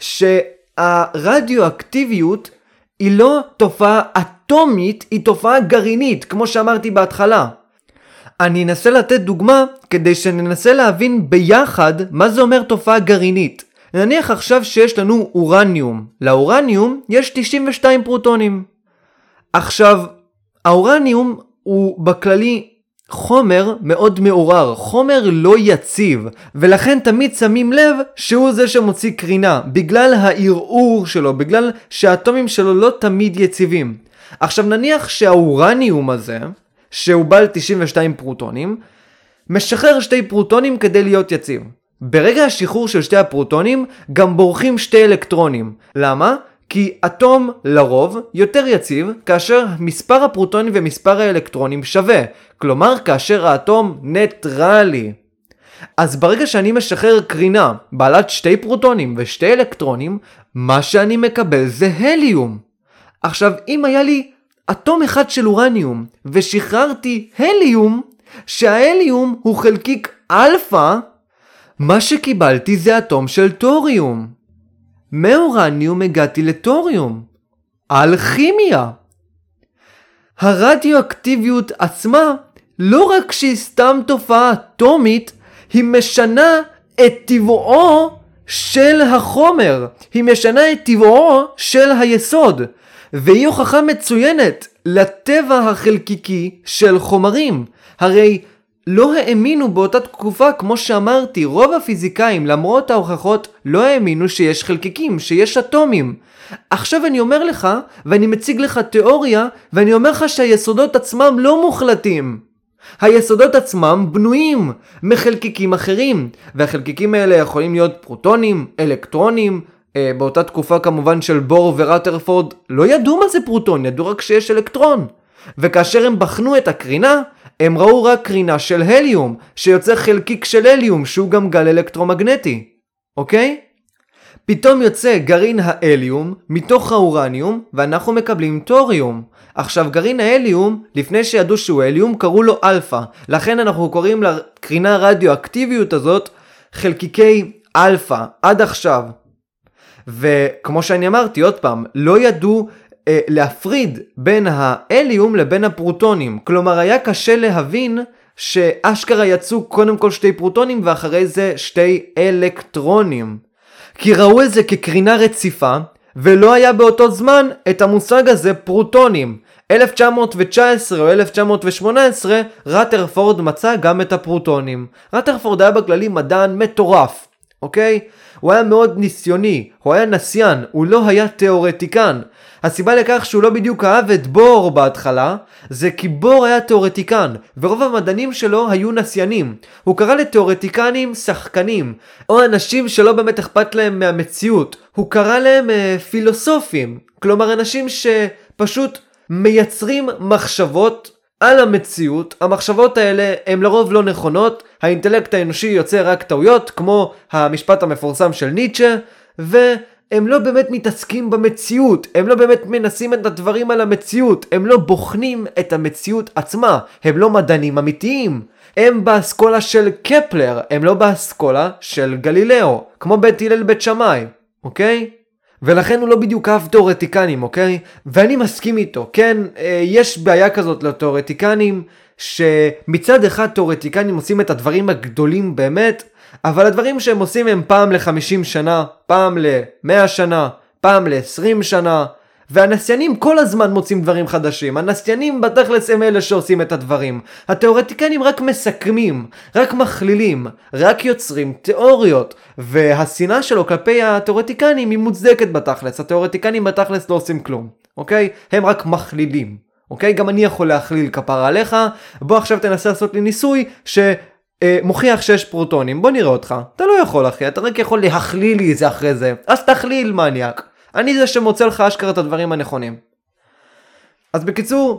שהרדיואקטיביות היא לא תופעה אטומית, היא תופעה גרעינית, כמו שאמרתי בהתחלה. אני אנסה לתת דוגמה כדי שננסה להבין ביחד מה זה אומר תופעה גרעינית. נניח עכשיו שיש לנו אורניום. לאורניום יש 92 פרוטונים. עכשיו, האורניום הוא בכללי חומר מאוד מעורר, חומר לא יציב, ולכן תמיד שמים לב שהוא זה שמוציא קרינה, בגלל הערעור שלו, בגלל שהאטומים שלו לא תמיד יציבים. עכשיו נניח שהאורניום הזה, שהוא בעל 92 פרוטונים, משחרר 2 פרוטונים כדי להיות יציב. ברגע השחרור של 2 הפרוטונים גם בורחים 2 אלקטרונים. למה? כי אטום לרוב יותר יציב כאשר מספר הפרוטונים ומספר האלקטרונים שווה. כלומר כאשר האטום ניטרלי. אז ברגע שאני משחרר קרינה בעלת 2 פרוטונים ו2 אלקטרונים, מה שאני מקבל זה הליום. עכשיו אם היה לי אטום אחד של אורניום ושחררתי הליום, שההליום הוא חלקיק אלפא, מה שקיבלתי זה אטום של תוריום. מאורניום הגעתי לתוריום. אלכימיה. הרדיואקטיביות עצמה, לא רק שהיא סתם תופעה אטומית, היא משנה את טבעו של החומר. היא משנה את טבעו של היסוד. והיא הוכחה מצוינת לטבע החלקיקי של חומרים. הרי לא האמינו באותה תקופה, כמו שאמרתי, רוב הפיזיקאים למרות ההוכחות לא האמינו שיש חלקיקים, שיש אטומים. עכשיו אני אומר לך, ואני מציג לך תיאוריה, ואני אומר לך שהיסודות עצמם לא מוחלטים. היסודות עצמם בנויים מחלקיקים אחרים, והחלקיקים האלה יכולים להיות פרוטונים, אלקטרונים. באותה תקופה כמובן של בור ורת'רפורד לא ידעו מה זה פרוטון, ידעו רק שיש אלקטרון. וכאשר הם בחנו את הקרינה, הם ראו רק קרינה של הליום, שיוצא חלקיק של הליום, שהוא גם גל אלקטרומגנטי. אוקיי? פתאום יוצא גרעין ההליום מתוך האורניום, ואנחנו מקבלים תוריום. עכשיו גרעין ההליום, לפני שידעו שהוא הליום, קראו לו אלפא. לכן אנחנו קוראים לקרינה הרדיואקטיביות הזאת חלקיקי אלפא, עד עכשיו. וכמו שאני אמרתי עוד פעם, לא ידעו להפריד בין ההליום לבין הפרוטונים. כלומר היה קשה להבין שאשכרה יצאו קודם כל 2 פרוטונים ואחרי זה 2 אלקטרונים. כי ראו את זה כקרינה רציפה, ולא היה באותו זמן את המושג הזה פרוטונים. 1919 או 1918 רת'רפורד מצא גם את הפרוטונים. רת'רפורד היה בכללי מדען מטורף, אוקיי? הוא היה מאוד ניסיוני, הוא היה נסיין, הוא לא היה תיאורטיקן. הסיבה לכך שהוא לא בדיוק אהב את בור בהתחלה, זה כי בור היה תיאורטיקן, ורוב המדענים שלו היו נסיינים. הוא קרא לתיאורטיקנים שחקנים, או אנשים שלא באמת אכפת להם מהמציאות. הוא קרא להם פילוסופים, כלומר אנשים שפשוט מייצרים מחשבות על המציאות. המחשבות האלה הן לרוב לא נכונות, האינטלקט האנושי יוצא רק טעויות, כמו המשפט המפורסם של ניטשה, הם לא באמת מתעסקים במציאות, הם לא באמת מנסים את הדברים על המציאות, הם לא בוחנים את המציאות עצמה, הם לא מדענים אמיתיים, הם באסכולה של קפלר, הם לא באסכולה של גלילאו, כמו בית הלל בית שמאי, אוקיי? ולכן הוא לא בדיוק אהב תיאורטיקנים, אוקיי? ואני מסכים איתו, כן? יש בעיה כזאת לתיאורטיקנים, שמצד אחד תיאורטיקנים עושים את הדברים הגדולים באמת, אבל הדברים שהם עושים הם פעם ל-50 שנה, פעם ל-100 שנה, פעם ל-20 שנה, והנסיינים כל הזמן מוצאים דברים חדשים. הנסיינים בתכלס הם אלה שעושים את הדברים. התיאורטיקנים רק מסכמים, רק מכלילים, רק יוצרים תיאוריות, והשנאה שלו כלפי התיאורטיקנים היא מוצדקת בתכלס. התיאורטיקנים בתכלס לא עושים כלום, אוקיי? הם רק מכלילים, אוקיי? גם אני יכול להכליל כפרה עליך. בוא עכשיו תנסה לעשות לי ניסוי מוכיח 6 פרוטונים. בוא נראה אותך. אתה לא יכול, אחי, אתה רק יכול להכליל לי זה אחרי זה. אז תכליל, מניאק. אני זה שמוצא לך אשכרה את הדברים הנכונים. אז בקיצור,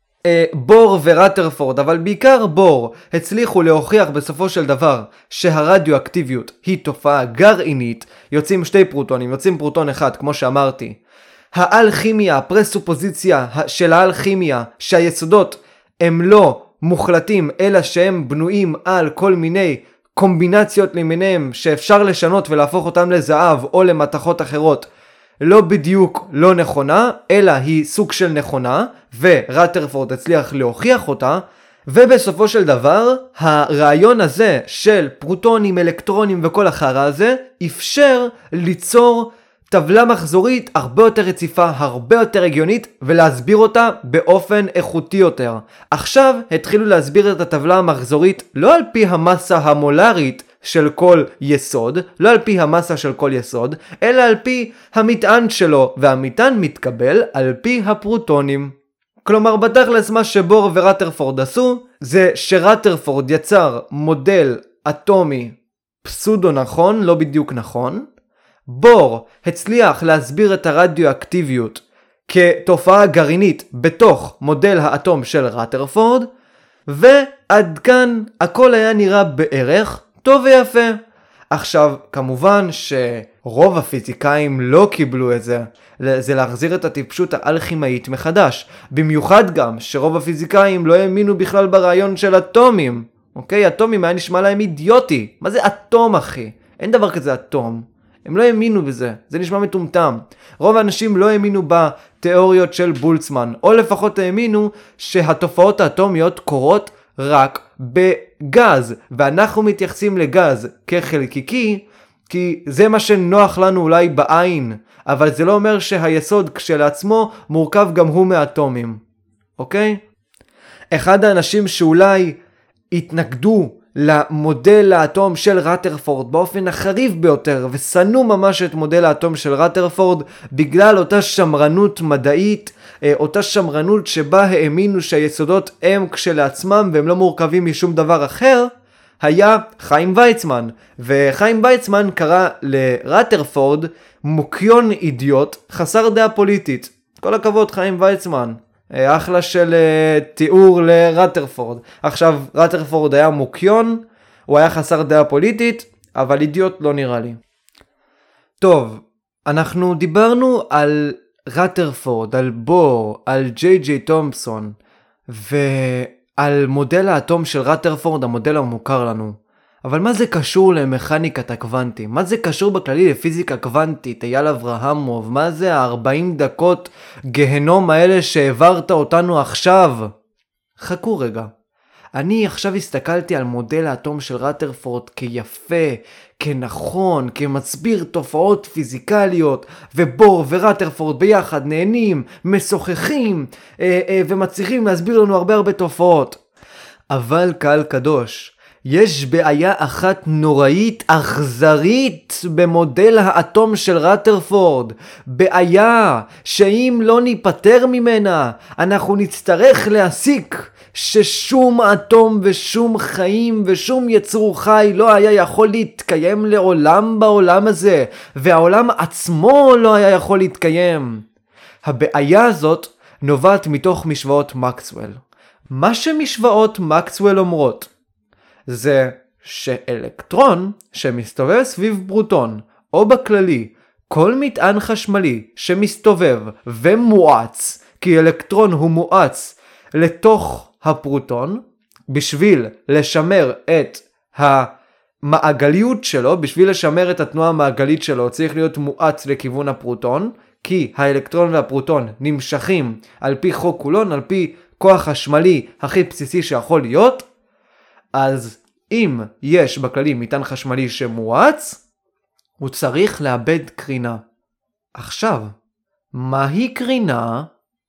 בור ורת'רפורד, אבל בעיקר בור, הצליחו להוכיח בסופו של דבר שהרדיואקטיביות היא תופעה גרעינית. יוצאים 2 פרוטונים, יוצאים פרוטון אחד, כמו שאמרתי. האלכימיה, הפרסופוזיציה של האלכימיה, שהיסודות הם לא מוחלטים, אלא שהם בנויים על כל מיני קומבינציות למיניהם שאפשר לשנות ולהפוך אותם לזהב או למתכות אחרות, לא בדיוק לא נכונה, אלא היא סוג של נכונה, ורת'רפורד הצליח להוכיח אותה. ובסופו של דבר, הרעיון הזה של פרוטונים, אלקטרונים וכל החרא הזה, אפשר ליצור טבלה מחזורית הרבה יותר רציפה, הרבה יותר הגיונית, ולהסביר אותה באופן איכותי יותר. עכשיו התחילו להסביר את הטבלה המחזורית לא על פי המסה המולרית של כל יסוד, לא על פי המסה של כל יסוד, אלא על פי המטען שלו, והמטען מתקבל על פי הפרוטונים. כלומר, בתכלס מה שבור ורת'רפורד עשו, זה שרת'רפורד יצר מודל אטומי פסודו נכון, לא בדיוק נכון. בור הצליח להסביר את הרדיואקטיביות כתופעה גרעינית בתוך מודל האטום של רת'רפורד, ועד כאן הכל היה נראה בערך טוב ויפה. עכשיו, כמובן שרוב הפיזיקאים לא קיבלו את זה. זה להחזיר את הטיפשות האלכימאית מחדש. במיוחד גם שרוב הפיזיקאים לא האמינו בכלל ברעיון של אטומים. אוקיי? אטומים היה נשמע להם אידיוטי. מה זה אטום, אחי? אין דבר כזה אטום. הם לא האמינו בזה. זה נשמע מטומטם. רוב האנשים לא האמינו בתיאוריות של בולצמן. או לפחות האמינו שהתופעות האטומיות קורות רק בגז, ואנחנו מתייחסים לגז כחלקיקי, כי זה מה שנוח לנו אולי בעין, אבל זה לא אומר שהיסוד כשלעצמו מורכב גם הוא מאטומים, אוקיי? אחד האנשים שאולי התנגדו למודל האטום של רת'רפורד באופן החריף ביותר, ושנאו ממש את מודל האטום של רת'רפורד בגלל אותה שמרנות מדעית, אותה שמרנות שבה האמינו שהיסודות הם כשלעצמם והם לא מורכבים משום דבר אחר, היה חיים ויצמן. וחיים ויצמן קרא לרת'רפורד מוקיון אידיוט חסר דעה פוליטית. כל הכבוד חיים ויצמן, אחלה של תיאור לרת'רפורד. עכשיו, רת'רפורד היה מוקיון, הוא היה חסר דעה פוליטית, אבל אידיוט לא נראה לי. טוב, אנחנו דיברנו על רת'רפורד, על בור, על ג'יי תומפסון, ועל מודל האטום של רת'רפורד, המודל המוכר לנו. אבל מה זה קשור למכניקת הקוונטים? מה זה קשור בכללי לפיזיקה קוונטית? אייל אברהמוב, מה זה ה-40 דקות גהנום האלה שהעברת אותנו עכשיו? חכו רגע. אני עכשיו הסתכלתי על מודל האטום של רת'רפורד כיפה, כנכון, כמצביר תופעות פיזיקליות, ובור ורת'רפורד ביחד נהנים, משוחחים, ומצליחים להסביר לנו הרבה תופעות. אבל קהל קדוש, יש בעיה אחת נוראית, אכזרית במודל האטום של רת'רפורד. בעיה שאם לא ניפטר ממנה, אנחנו נצטרך להסיק ששום אטום ושום חיים ושום יצור חי לא היה יכול להתקיים לעולם בעולם הזה, והעולם עצמו לא היה יכול להתקיים. הבעיה הזאת נובעת מתוך משוואות מקסוול. מה שמשוואות מקסוול אומרות זה שאלקטרון שמסתובב סביב פרוטון, או בכללי כל מטען חשמלי שמסתובב ומואץ, כי אלקטרון הוא מואץ לתוך הפרוטון, בשביל לשמר את המעגליות שלו, בשביל לשמר את התנועה המעגלית שלו, צריך להיות מואץ לכיוון הפרוטון, כי האלקטרון והפרוטון נמשכים על פי חוק קולון, על פי כוח חשמלי הכי בסיסי שיכול להיות. אז אם יש בכללי מטען חשמלי שמואץ, הוא צריך לאבד קרינה. עכשיו, מהי קרינה?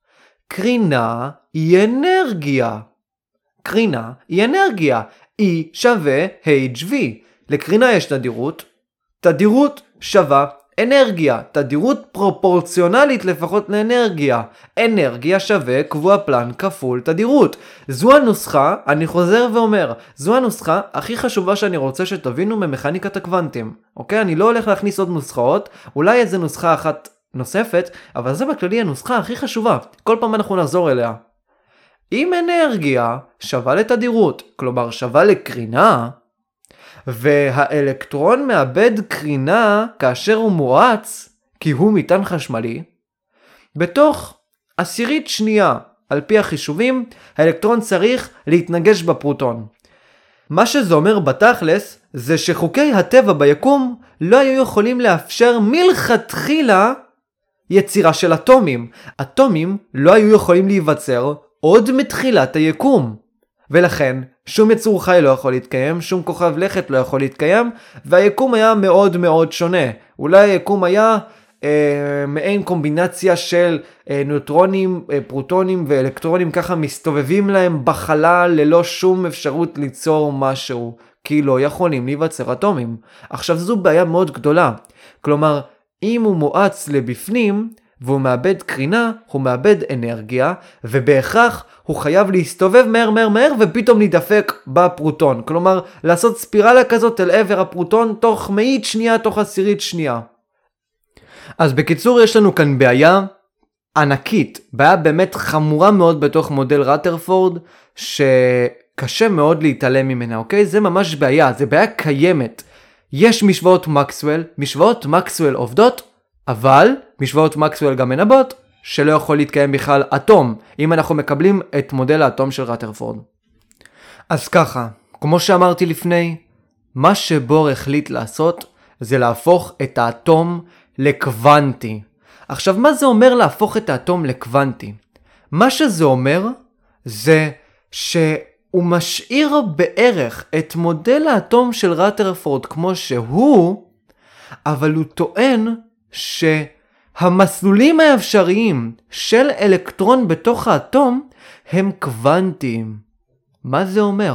קרינה היא אנרגיה. קרינה היא אנרגיה. E שווה HV. לקרינה יש תדירות. תדירות שווה אנרגיה. תדירות פרופורציונלית לפחות לאנרגיה. אנרגיה שווה קבוע פלן כפול תדירות. זו הנוסחה, אני חוזר ואומר, זו הנוסחה הכי חשובה שאני רוצה שתבינו ממכניקת הקוונטים. אוקיי? אני לא הולך להכניס עוד נוסחאות, אולי איזה נוסחה אחת נוספת, אבל זה בכללי הנוסחה הכי חשובה. כל פעם אנחנו נחזור אליה. אם אנרגיה שווה לתדירות, כלומר שווה לקרינה, והאלקטרון מאבד קרינה כאשר הוא מואץ, כי הוא מטען חשמלי, בתוך 10% על פי החישובים, האלקטרון צריך להתנגש בפרוטון. מה שזה אומר בתכלס, זה שחוקי הטבע ביקום לא היו יכולים לאפשר מלכתחילה יצירה של אטומים. אטומים לא היו יכולים להיווצר עוד מתחילת היקום. ולכן שום יצור חי לא יכול להתקיים, שום כוכב לכת לא יכול להתקיים, והיקום היה מאוד מאוד שונה. אולי היקום היה מעין קומבינציה של נוטרונים, פרוטונים ואלקטרונים ככה מסתובבים להם בחלל ללא שום אפשרות ליצור משהו, כי לא יכולים להיווצר אטומים. עכשיו זו בעיה מאוד גדולה. כלומר, אם הוא מואץ לבפנים והוא מאבד קרינה, הוא מאבד אנרגיה, ובהכרח הוא חייב להסתובב מהר ופתאום להידפק בפרוטון. כלומר, לעשות ספירלה כזאת אל עבר הפרוטון תוך מאית שנייה, תוך 10%. אז בקיצור, יש לנו כאן בעיה ענקית, בעיה באמת חמורה מאוד בתוך מודל רת'רפורד, שקשה מאוד להתעלם ממנה, אוקיי? זה ממש בעיה, זה בעיה קיימת. יש משוואות מקסוול, משוואות מקסוול עובדות, אבל משוואות מקסוול גם מנבאות, שלא יכול להתקיים בכלל אטום, אם אנחנו מקבלים את מודל האטום של רת'רפורד. אז ככה, כמו שאמרתי לפני, מה שבור החליט לעשות, זה להפוך את האטום לקוונטי. עכשיו, מה זה אומר להפוך את האטום לקוונטי? מה שזה אומר, זה שהוא משאיר בערך את מודל האטום של רת'רפורד כמו שהוא, אבל הוא טוען שהמסלולים האפשריים של אלקטרון בתוך האטום הם קוונטיים. מה זה אומר?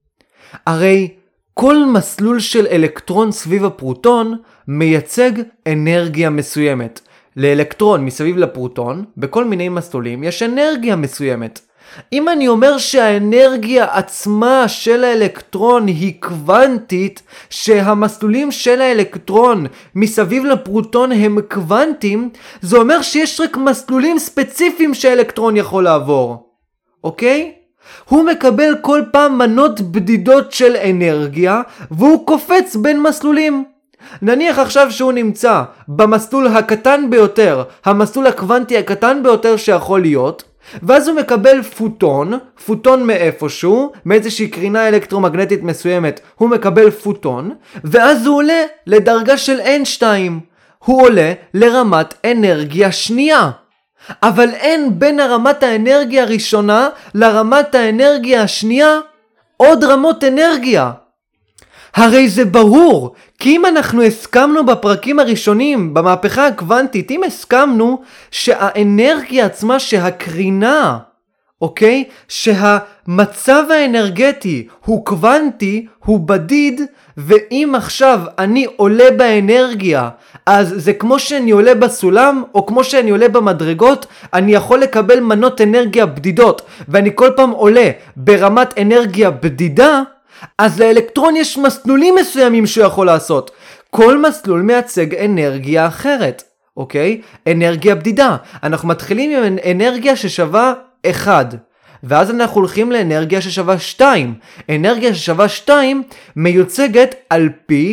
הרי כל מסלול של אלקטרון סביב הפרוטון מייצג אנרגיה מסוימת. לאלקטרון מסביב לפרוטון, בכל מיני מסלולים, יש אנרגיה מסוימת. אם אני אומר שהאנרגיה עצמה של האלקטרון היא קוונטית, שהמסלולים של האלקטרון מסביב לפרוטון הם קוונטיים, זה אומר שיש רק מסלולים ספציפיים שהאלקטרון יכול לעבור. אוקיי? הוא מקבל כל פעם מנות בדידות של אנרגיה, והוא קופץ בין מסלולים. נניח עכשיו שהוא נמצא במסלול הקטן ביותר, המסלול הקוונטי הקטן ביותר שיכול להיות, ואז הוא מקבל פוטון מאיפשהו, מאיזושהי קרינה אלקטרומגנטית מסוימת, הוא מקבל פוטון, ואז הוא עולה לדרגה של N2, הוא עולה לרמת אנרגיה שנייה. אבל אין בין הרמת האנרגיה הראשונה לרמת האנרגיה השנייה עוד רמות אנרגיה. הרי זה ברור, כי אם אנחנו הסכמנו בפרקים הראשונים, במהפכה הקוונטית, אם הסכמנו שהאנרגיה עצמה, שהקרינה, אוקיי? שהמצב האנרגטי הוא קוונטי, הוא בדיד, ואם עכשיו אני עולה באנרגיה, אז זה כמו שאני עולה בסולם, או כמו שאני עולה במדרגות, אני יכול לקבל מנות אנרגיה בדידות, ואני כל פעם עולה ברמת אנרגיה בדידה, אז לאלקטרון יש מסלולים מסוימים שהוא יכול לעשות. כל מסלול מייצג אנרגיה אחרת, אוקיי? אנרגיה בדידה. אנחנו מתחילים עם אנרגיה ששווה 1, ואז אנחנו הולכים לאנרגיה ששווה 2. אנרגיה ששווה 2 מיוצגת על פי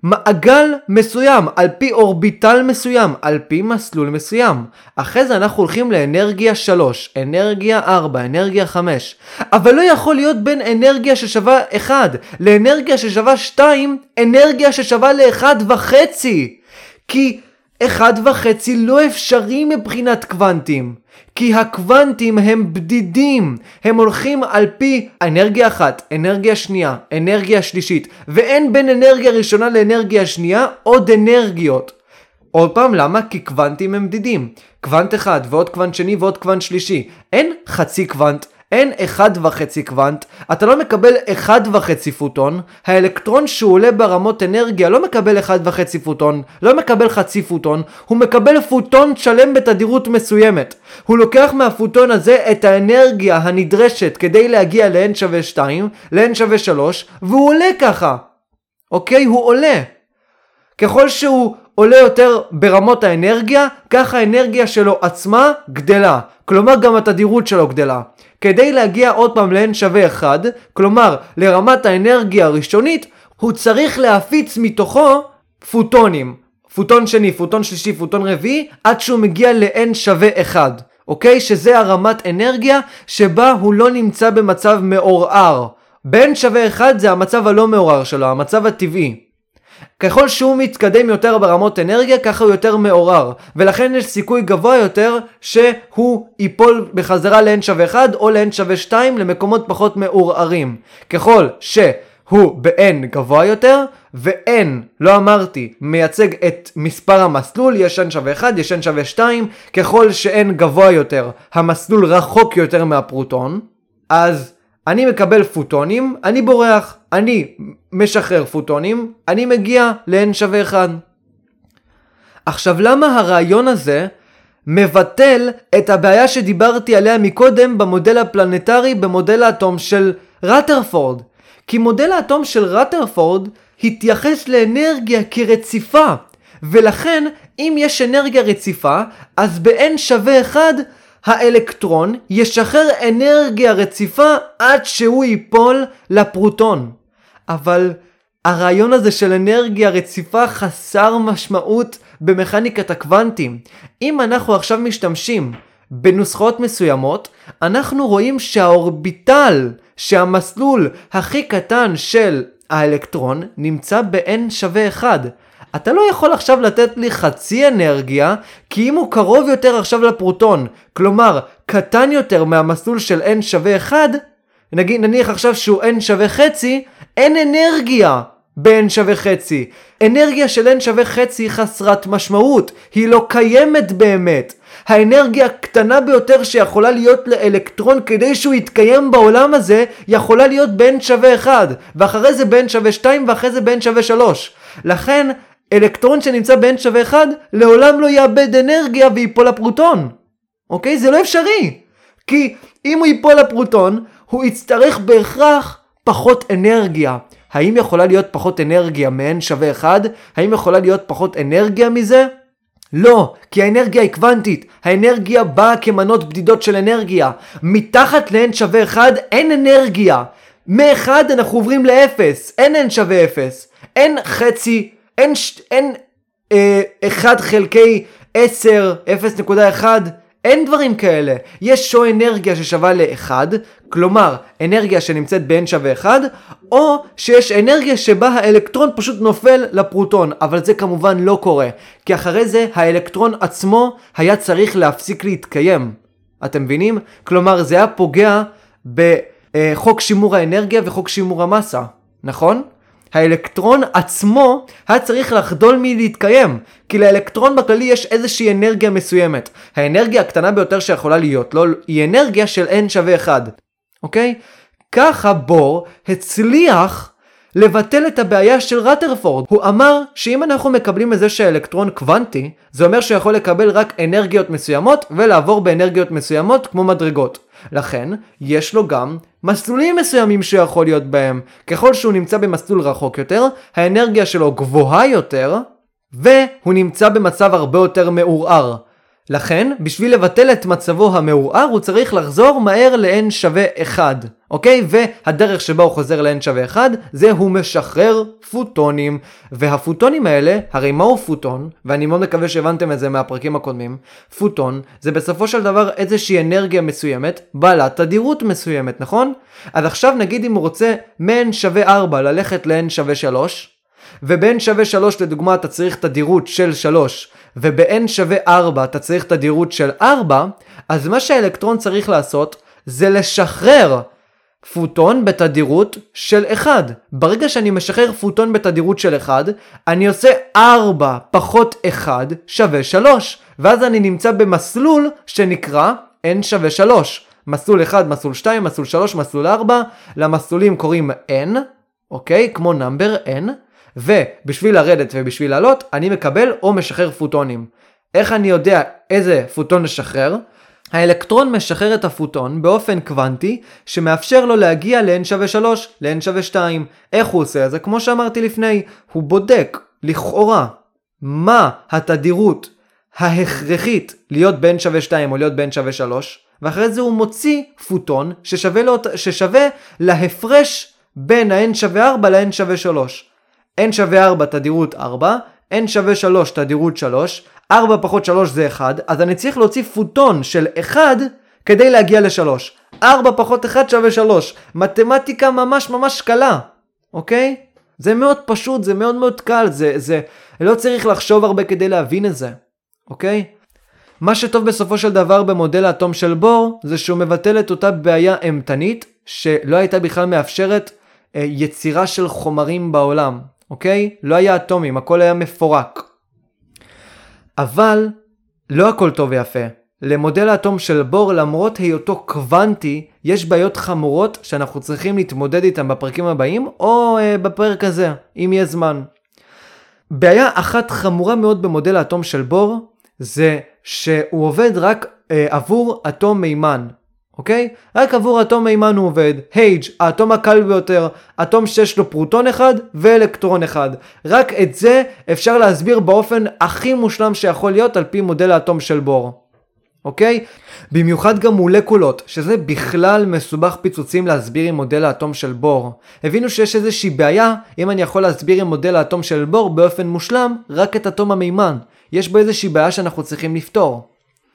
מעגל מסוים, על פי אורביטל מסוים, על פי מסלול מסוים. אחרי זה אנחנו הולכים לאנרגיה 3, אנרגיה 4, אנרגיה 5. אבל לא יכול להיות בין אנרגיה ששווה 1 לאנרגיה ששווה 2, אנרגיה ששווה ל1.5. כי 1.5 לא אפשרי מבחינת קוונטים. כי הקוונטים הם בדידים, הם הולכים על פי אנרגיה אחת, אנרגיה שנייה, אנרגיה שלישית, ואין בין אנרגיה ראשונה לאנרגיה שנייה עוד אנרגיות. עוד פעם, למה? כי קוונטים הם בדידים. קוונט אחד ועוד קוונט שני ועוד קוונט שלישי. אין חצי קוונט, אין 1.5 קוונט, אתה לא מקבל 1.5 פוטון, האלקטרון שהוא עולה ברמות אנרגיה לא מקבל 1.5 פוטון, לא מקבל חצי פוטון, הוא מקבל פוטון שלם בתדירות מסוימת. הוא לוקח מהפוטון הזה את האנרגיה הנדרשת כדי להגיע ל-n שווה 2, ל-n שווה 3, והוא עולה ככה. אוקיי? הוא עולה. ככל שהוא עולה יותר ברמות האנרגיה, ככה האנרגיה שלו עצמה גדלה. כלומר גם התדירות שלו גדלה. כדי להגיע עוד פעם ל-n שווה 1, כלומר לרמת האנרגיה הראשונית, הוא צריך להפיץ מתוכו פוטונים. פוטון שני, פוטון שלישי, פוטון רביעי, עד שהוא מגיע ל-n שווה 1. אוקיי? שזה הרמת אנרגיה שבה הוא לא נמצא במצב מעורער. ב-n שווה 1 זה המצב הלא מעורער שלו, המצב הטבעי. ככל שהוא מתקדם יותר ברמות אנרגיה, ככה הוא יותר מעורר, ולכן יש סיכוי גבוה יותר שהוא ייפול בחזרה ל-n שווה 1 או ל-n שווה 2 למקומות פחות מעורערים. ככל שהוא ב-n גבוה יותר, ו-n, לא אמרתי, מייצג את מספר המסלול, יש n שווה 1, יש n שווה 2, ככל ש-n גבוה יותר, המסלול רחוק יותר מהפרוטון, אז אני מקבל פוטונים, אני בורח, אני משחרר פוטונים, אני מגיע ל-n שווה 1. עכשיו למה הרעיון הזה מבטל את הבעיה שדיברתי עליה מקודם במודל הפלנטרי, במודל האטום של רת'רפורד? כי מודל האטום של רת'רפורד התייחס לאנרגיה כרציפה, ולכן אם יש אנרגיה רציפה, אז ב-n שווה 1 האלקטרון ישחרר אנרגיה רציפה עד שהוא ייפול לפרוטון. אבל הרעיון הזה של אנרגיה רציפה חסר משמעות במכניקת הקוונטים. אם אנחנו עכשיו משתמשים בנוסחאות מסוימות, אנחנו רואים שהאורביטל, שהמסלול הכי קטן של האלקטרון נמצא ב-n שווה 1. אתה לא יכול עכשיו לתת לי חצי אנרגיה, כי אם הוא קרוב יותר עכשיו לפרוטון, כלומר קטן יותר מהמסלול של n שווה 1, נניח עכשיו שהוא n שווה חצי, אין אנרגיה ב-n שווה חצי. אנרגיה של n שווה חצי חסרת משמעות, היא לא קיימת באמת. האנרגיה הקטנה ביותר שיכולה להיות לאלקטרון כדי שהוא יתקיים בעולם הזה, יכולה להיות ב-n שווה 1, ואחרי זה ב-n שווה 2, ואחרי זה ב-n שווה 3. לכן אלקטרון שנמצא ב-n שווה 1 לעולם לא יאבד אנרגיה ויפול לפרוטון. אוקיי? זה לא אפשרי. כי אם הוא ייפול לפרוטון, הוא יצטרך בהכרח פחות אנרגיה. האם יכולה להיות פחות אנרגיה מ-n שווה 1? האם יכולה להיות פחות אנרגיה מזה? לא, כי האנרגיה היא קוונטית. האנרגיה באה כמנות בדידות של אנרגיה. מתחת ל-n שווה 1 אין אנרגיה. מ-1 אנחנו עוברים ל-0. אין n שווה 0. אין חצי, אין 1 חלקי 10, 0.1, אין דברים כאלה. יש שו אנרגיה ששווה ל-1, כלומר אנרגיה שנמצאת ב-n שווה 1, או שיש אנרגיה שבה האלקטרון פשוט נופל לפרוטון, אבל זה כמובן לא קורה, כי אחרי זה האלקטרון עצמו היה צריך להפסיק להתקיים. אתם מבינים? כלומר זה היה פוגע בחוק שימור האנרגיה וחוק שימור המסה, נכון? האלקטרון עצמו היה צריך לחדול מלהתקיים, כי לאלקטרון בכללי יש איזושהי אנרגיה מסוימת. האנרגיה הקטנה ביותר שיכולה להיות לו היא אנרגיה של n שווה 1. אוקיי? ככה בור הצליח לבטל את הבעיה של רת'רפורד. הוא אמר שאם אנחנו מקבלים איזה שהאלקטרון קוונטי, זה אומר שהוא יכול לקבל רק אנרגיות מסוימות ולעבור באנרגיות מסוימות כמו מדרגות. לכן יש לו גם מסלולים מסוימים שיכול להיות בהם. ככל שהוא נמצא במסלול רחוק יותר, האנרגיה שלו גבוהה יותר, והוא נמצא במצב הרבה יותר מעורער. לכן, בשביל לבטל את מצבו המעורער, הוא צריך לחזור מהר ל-n שווה 1. אוקיי? והדרך שבה הוא חוזר ל-n שווה 1, זה הוא משחרר פוטונים. והפוטונים האלה, הרי מהו פוטון? ואני מאוד מקווה שהבנתם את זה מהפרקים הקודמים. פוטון זה בסופו של דבר איזושהי אנרגיה מסוימת, בעלת תדירות מסוימת, נכון? אז עכשיו נגיד אם הוא רוצה מ-n שווה 4 ללכת ל-n שווה 3, וב-n שווה 3 לדוגמה אתה צריך תדירות של 3, וב-n שווה 4 אתה צריך תדירות של 4, אז מה שהאלקטרון צריך לעשות זה לשחרר פוטון בתדירות של 1. ברגע שאני משחרר פוטון בתדירות של 1, אני עושה 4 פחות 1 שווה 3, ואז אני נמצא במסלול שנקרא n שווה 3. מסלול 1, מסלול 2, מסלול 3, מסלול 4, למסלולים קוראים n, אוקיי? כמו נאמבר n, ובשביל לרדת ובשביל לעלות, אני מקבל או משחרר פוטונים. איך אני יודע איזה פוטון לשחרר? האלקטרון משחרר את הפוטון באופן קוונטי שמאפשר לו להגיע ל-n שווה 3, ל-n שווה 2. איך הוא עושה? זה כמו שאמרתי לפני, הוא בודק לכאורה מה התדירות ההכרחית להיות ב-n שווה 2 או להיות ב-n שווה 3, ואחרי זה הוא מוציא פוטון ששווה להפרש בין ה-n שווה 4 ל-n שווה 3. n שווה 4 תדירות 4, n שווה 3 תדירות 3, 4 פחות 3 זה 1, אז אני צריך להוציא פוטון של 1 כדי להגיע ל-3. 4 פחות 1 שווה 3. מתמטיקה ממש ממש קלה, אוקיי? זה מאוד פשוט, זה מאוד מאוד קל, זה לא צריך לחשוב הרבה כדי להבין את זה, אוקיי? מה שטוב בסופו של דבר במודל האטום של בור, זה שהוא מבטל את אותה בעיה אמתנית, שלא הייתה בכלל מאפשרת יצירה של חומרים בעולם, אוקיי? לא היה אטומים, הכל היה מפורק. אבל לא הכל טוב ויפה. למודל האטום של בור, למרות היותו קוונטי, יש בעיות חמורות שאנחנו צריכים להתמודד איתן בפרקים הבאים, או בפרק הזה, אם יהיה זמן. בעיה אחת חמורה מאוד במודל האטום של בור, זה שהוא עובד רק עבור אטום מימן. אוקיי? רק עבור אטום מימן הוא עובד. H, האטום הקל ביותר, אטום שיש לו פרוטון אחד ואלקטרון אחד. רק את זה אפשר להסביר באופן הכי מושלם שיכול להיות על פי מודל האטום של בור. אוקיי? במיוחד גם מולקולות, שזה בכלל מסובך פיצוצים להסביר עם מודל האטום של בור. הבינו שיש איזושהי בעיה אם אני יכול להסביר עם מודל האטום של בור באופן מושלם רק את אטום המימן. יש בו איזושהי בעיה שאנחנו צריכים לפתור.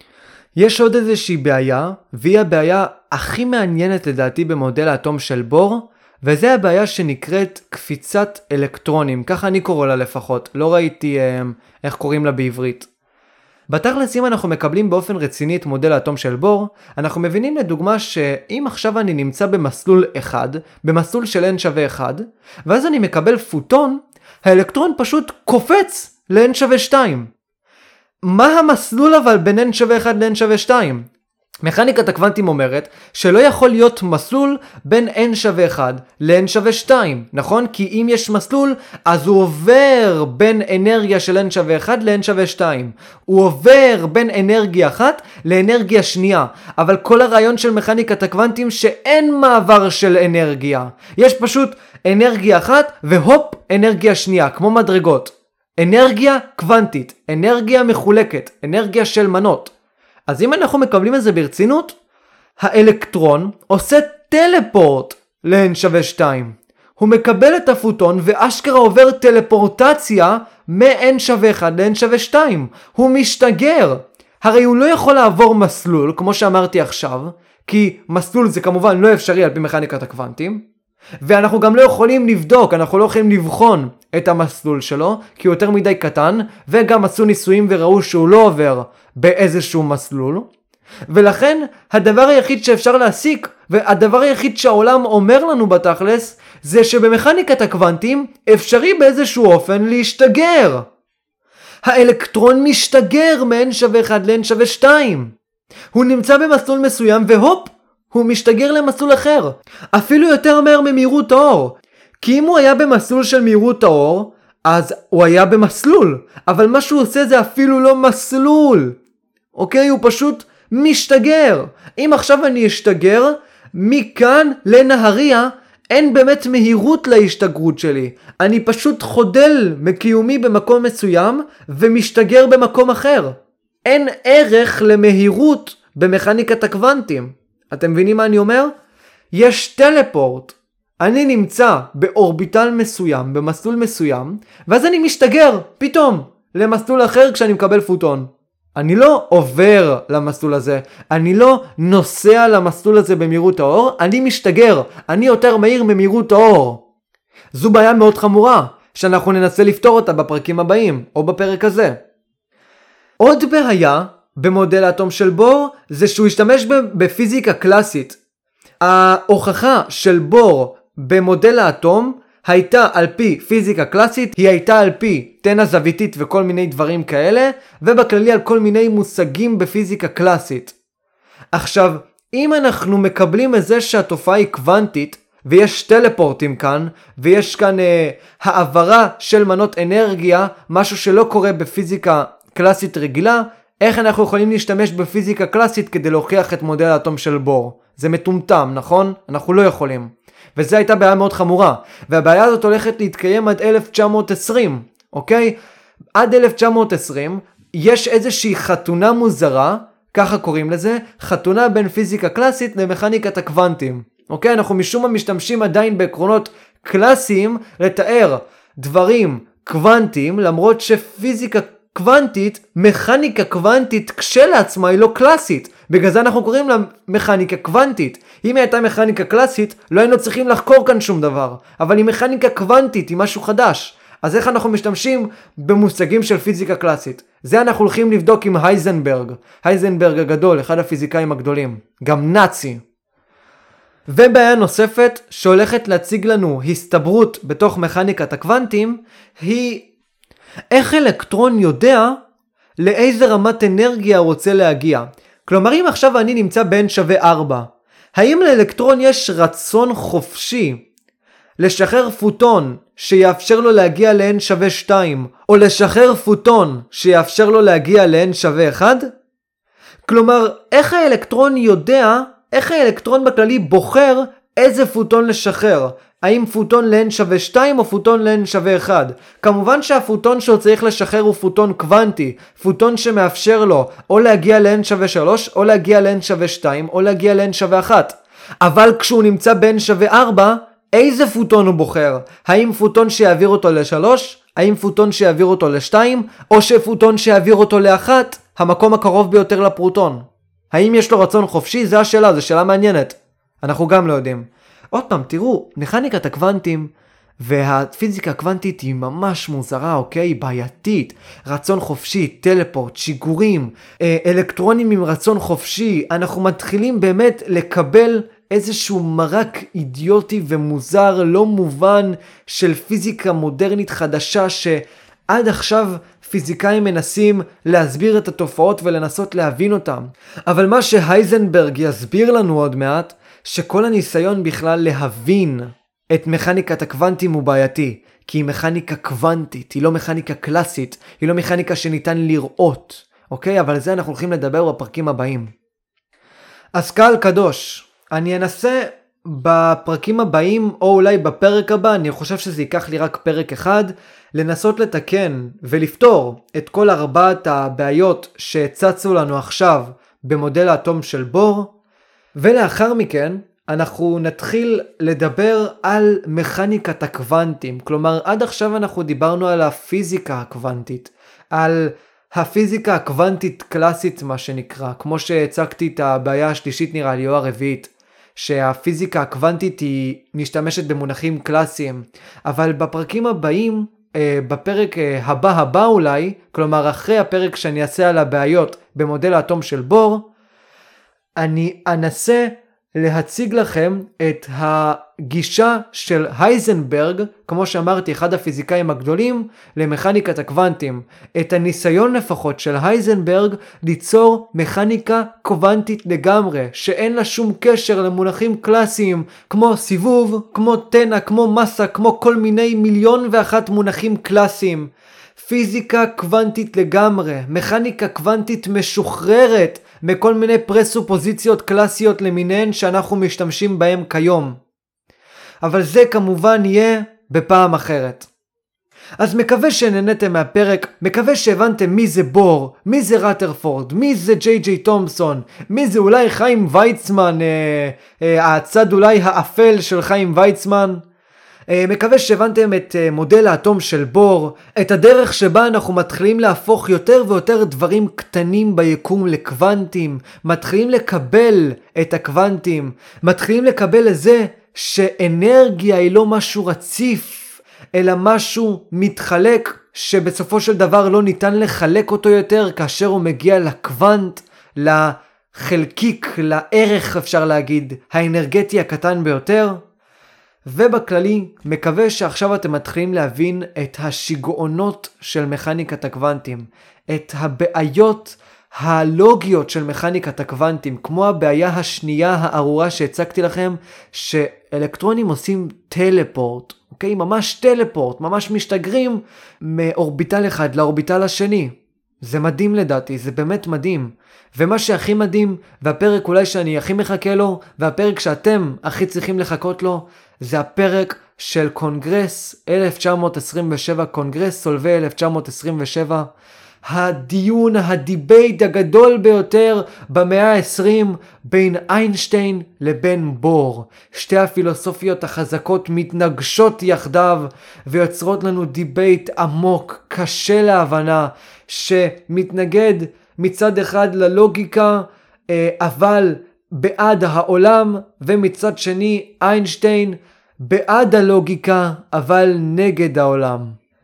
יש עוד איזושהי בעיה, והיא הבעיה הכי מעניינת לדעתי במודל האטום של בור, וזה הבעיה שנקראת קפיצת אלקטרונים, ככה אני קורא לה לפחות, לא ראיתי איך קוראים לה בעברית. בתכלס אם אנחנו מקבלים באופן רציני את מודל האטום של בור, אנחנו מבינים לדוגמה שאם עכשיו אני נמצא במסלול 1, במסלול של n שווה 1, ואז אני מקבל פוטון, האלקטרון פשוט קופץ ל-n שווה 2. מה המסלול אבל בין n שווה 1 ל-n שווה 2? מכניקת הקוונטים אומרת שלא יכול להיות מסלול בין n שווה 1 ל-n שווה 2, נכון? כי אם יש מסלול, אז הוא עובר בין אנרגיה של n שווה 1 ל-n שווה 2. הוא עובר בין אנרגיה אחת לאנרגיה שנייה. אבל כל הרעיון של מכניקת הקוונטים שאין מעבר של אנרגיה. יש פשוט אנרגיה אחת והופ, אנרגיה שנייה, כמו מדרגות. אנרגיה קוונטית, אנרגיה מחולקת, אנרגיה של מנות. אז אם אנחנו מקבלים את זה ברצינות, האלקטרון עושה טלפורט ל-n שווה 2. הוא מקבל את הפוטון ואשכרה עובר טלפורטציה מ-n שווה 1 ל-n שווה 2. הוא משתגר. הרי הוא לא יכול לעבור מסלול, כמו שאמרתי עכשיו, כי מסלול זה כמובן לא אפשרי על פי מכניקת הקוונטים. ואנחנו גם לא יכולים לבדוק, אנחנו לא יכולים לבחון את המסלול שלו, כי הוא יותר מדי קטן, וגם עשו ניסויים וראו שהוא לא עובר באיזשהו מסלול. ולכן הדבר היחיד שאפשר להסיק, והדבר היחיד שהעולם אומר לנו בתכלס, זה שבמכניקת הקוונטים אפשרי באיזשהו אופן להשתגר. האלקטרון משתגר מ-n שווה 1 ל-n שווה 2. הוא נמצא במסלול מסוים והופ, הוא משתגר למסלול אחר, אפילו יותר מהר ממהירות האור. כי אם הוא היה במסלול של מהירות האור, אז הוא היה במסלול, אבל מה שהוא עושה זה אפילו לא מסלול. אוקיי? הוא פשוט משתגר. אם עכשיו אני אשתגר, מכאן לנהריה אין באמת מהירות להשתגרות שלי. אני פשוט חודל מקיומי במקום מסוים ומשתגר במקום אחר. אין ערך למהירות במכניקת הקוונטים. אתם מבינים מה אני אומר? יש טלפורט. אני נמצא באורביטל מסוים, במסלול מסוים, ואז אני משתגר פתאום למסלול אחר כשאני מקבל פוטון. אני לא עובר למסלול הזה, אני לא נוסע למסלול הזה במהירות האור, אני משתגר, אני יותר מהיר ממהירות האור. זו בעיה מאוד חמורה, שאנחנו ננסה לפתור אותה בפרקים הבאים, או בפרק הזה. עוד בעיה במודל האטום של בור, זה שהוא השתמש בפיזיקה קלאסית. ההוכחה של בור במודל האטום הייתה על פי פיזיקה קלאסית, היא הייתה על פי תנה זוויתית וכל מיני דברים כאלה, ובכללי על כל מיני מושגים בפיזיקה קלאסית. עכשיו, אם אנחנו מקבלים את זה שהתופעה היא קוונטית, ויש טלפורטים כאן, ויש כאן העברה של מנות אנרגיה, משהו שלא קורה בפיזיקה קלאסית רגילה, איך אנחנו יכולים להשתמש בפיזיקה קלאסית כדי להוכיח את מודל האטום של בור? זה מטומטם, נכון? אנחנו לא יכולים. וזו הייתה בעיה מאוד חמורה. והבעיה הזאת הולכת להתקיים עד 1920, אוקיי? עד 1920 יש איזושהי חתונה מוזרה, ככה קוראים לזה, חתונה בין פיזיקה קלאסית למכניקת הקוונטים. אוקיי? אנחנו משום מה משתמשים עדיין בעקרונות קלאסיים לתאר דברים קוונטיים, למרות שפיזיקה קוונטית, מכניקה קוונטית כשלעצמה היא לא קלאסית. בגלל זה אנחנו קוראים לה מכניקה קוונטית. אם היא הייתה מכניקה קלאסית, לא היינו צריכים לחקור כאן שום דבר. אבל היא מכניקה קוונטית, היא משהו חדש. אז איך אנחנו משתמשים במושגים של פיזיקה קלאסית? זה אנחנו הולכים לבדוק עם הייזנברג. הייזנברג הגדול, אחד הפיזיקאים הגדולים. גם נאצי. ובעיה נוספת שהולכת להציג לנו הסתברות בתוך מכניקת הקוונטים, היא איך אלקטרון יודע לאיזה רמת אנרגיה הוא רוצה להגיע. כלומר, אם עכשיו אני נמצא בין שווה 4, האם לאלקטרון יש רצון חופשי לשחרר פוטון שיאפשר לו להגיע ל-n שווה 2, או לשחרר פוטון שיאפשר לו להגיע ל-n שווה 1? כלומר, איך האלקטרון יודע, איך האלקטרון בכללי בוחר איזה פוטון לשחרר? האם פוטון ל-n שווה 2 או פוטון ל-n שווה 1? כמובן שהפוטון שהוא צריך לשחרר הוא פוטון קוונטי, פוטון שמאפשר לו או להגיע ל-n שווה 3, או להגיע ל-n שווה 2, או להגיע ל-n שווה 1. אבל כשהוא נמצא ב-n שווה 4, איזה פוטון הוא בוחר? האם פוטון שיעביר אותו ל-3? האם פוטון שיעביר אותו ל-2? או שפוטון שיעביר אותו ל-1? המקום הקרוב ביותר לפרוטון. האם יש לו רצון חופשי? זו השאלה, זו שאלה מעניינת. אנחנו גם לא יודעים. עוד פעם, תראו, מכניקת הקוונטים והפיזיקה הקוונטית היא ממש מוזרה, אוקיי? בעייתית. רצון חופשי, טלפורט, שיגורים, אלקטרונים עם רצון חופשי. אנחנו מתחילים באמת לקבל איזשהו מרק אידיוטי ומוזר, לא מובן, של פיזיקה מודרנית חדשה שעד עכשיו פיזיקאים מנסים להסביר את התופעות ולנסות להבין אותם. אבל מה שהייזנברג יסביר לנו עוד מעט, שכל הניסיון בכלל להבין את מכניקת הקוונטים הוא בעייתי, כי היא מכניקה קוונטית, היא לא מכניקה קלאסית, היא לא מכניקה שניתן לראות, אוקיי? אבל על זה אנחנו הולכים לדבר בפרקים הבאים. אז קהל קדוש, אני אנסה בפרקים הבאים, או אולי בפרק הבא, אני חושב שזה ייקח לי רק פרק אחד, לנסות לתקן ולפתור את כל 4 הבעיות שצצו לנו עכשיו במודל האטום של בור, ולאחר מכן אנחנו נתחיל לדבר על מכניקת הקוונטים. כלומר, עד עכשיו אנחנו דיברנו על הפיזיקה הקוונטית, על הפיזיקה הקוונטית קלאסית מה שנקרא, כמו שהצגתי את הבעיה השלישית נראה לי או הרביעית, שהפיזיקה הקוונטית היא משתמשת במונחים קלאסיים. אבל בפרקים הבאים, בפרק הבא אולי, כלומר אחרי הפרק שאני אעשה על הבעיות במודל האטום של בור, אני אנסה להציג לכם את הגישה של הייזנברג, כמו שאמרתי, אחד הפיזיקאים הגדולים, למכניקת הקוונטים. את הניסיון לפחות של הייזנברג ליצור מכניקה קוונטית לגמרי, שאין לה שום קשר למונחים קלאסיים, כמו סיבוב, כמו תנה, כמו מסה, כמו כל מיני 1,000,001 מונחים קלאסיים. פיזיקה קוונטית לגמרי, מכניקה קוונטית משוחררת מכל מיני פרסופוזיציות קלאסיות למיניהן שאנחנו משתמשים בהם כיום. אבל זה כמובן יהיה בפעם אחרת. אז מקווה שנהנתם מהפרק, מקווה שהבנתם מי זה בור, מי זה רטרפורד, מי זה ג'יי תומפסון, מי זה אולי חיים ויצמן, הצד אולי האפל של חיים ויצמן. מקווה שהבנתם את מודל האטום של בור, את הדרך שבה אנחנו מתחילים להפוך יותר ויותר דברים קטנים ביקום לקוונטים, מתחילים לקבל את הקוונטים, מתחילים לקבל לזה שאנרגיה היא לא משהו רציף, אלא משהו מתחלק שבסופו של דבר לא ניתן לחלק אותו יותר כאשר הוא מגיע לקוונט, לחלקיק, לערך אפשר להגיד, האנרגטי הקטן ביותר. ובכללי, מקווה שעכשיו אתם מתחילים להבין את השיגעונות של מכניקת הקוונטים, את הבעיות הלוגיות של מכניקת הקוונטים, כמו הבעיה השנייה הארורה שהצגתי לכם, שאלקטרונים עושים טלפורט, אוקיי? ממש טלפורט, ממש משתגרים מאורביטל אחד לאורביטל השני. זה מדהים לדעתי, זה באמת מדהים. ומה שהכי מדהים, והפרק אולי שאני הכי מחכה לו, והפרק שאתם הכי צריכים לחכות לו, זה הפרק של קונגרס 1927, קונגרס סולווי 1927, הדיון, הדיבייט הגדול ביותר במאה ה-20 בין איינשטיין לבין בור. שתי הפילוסופיות החזקות מתנגשות יחדיו ויוצרות לנו דיבייט עמוק, קשה להבנה, שמתנגד מצד אחד ללוגיקה, אבל בעד העולם, ומצד שני איינשטיין בעד הלוגיקה, אבל נגד העולם.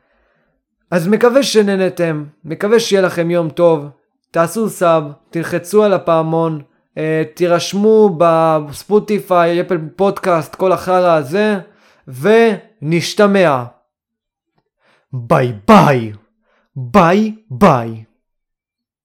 אז מקווה שנהנתם, מקווה שיהיה לכם יום טוב, תעשו סאב, תלחצו על הפעמון, תירשמו בספוטיפיי, אפל פודקאסט, כל החרא הזה, ונשתמע. ביי ביי. ביי ביי.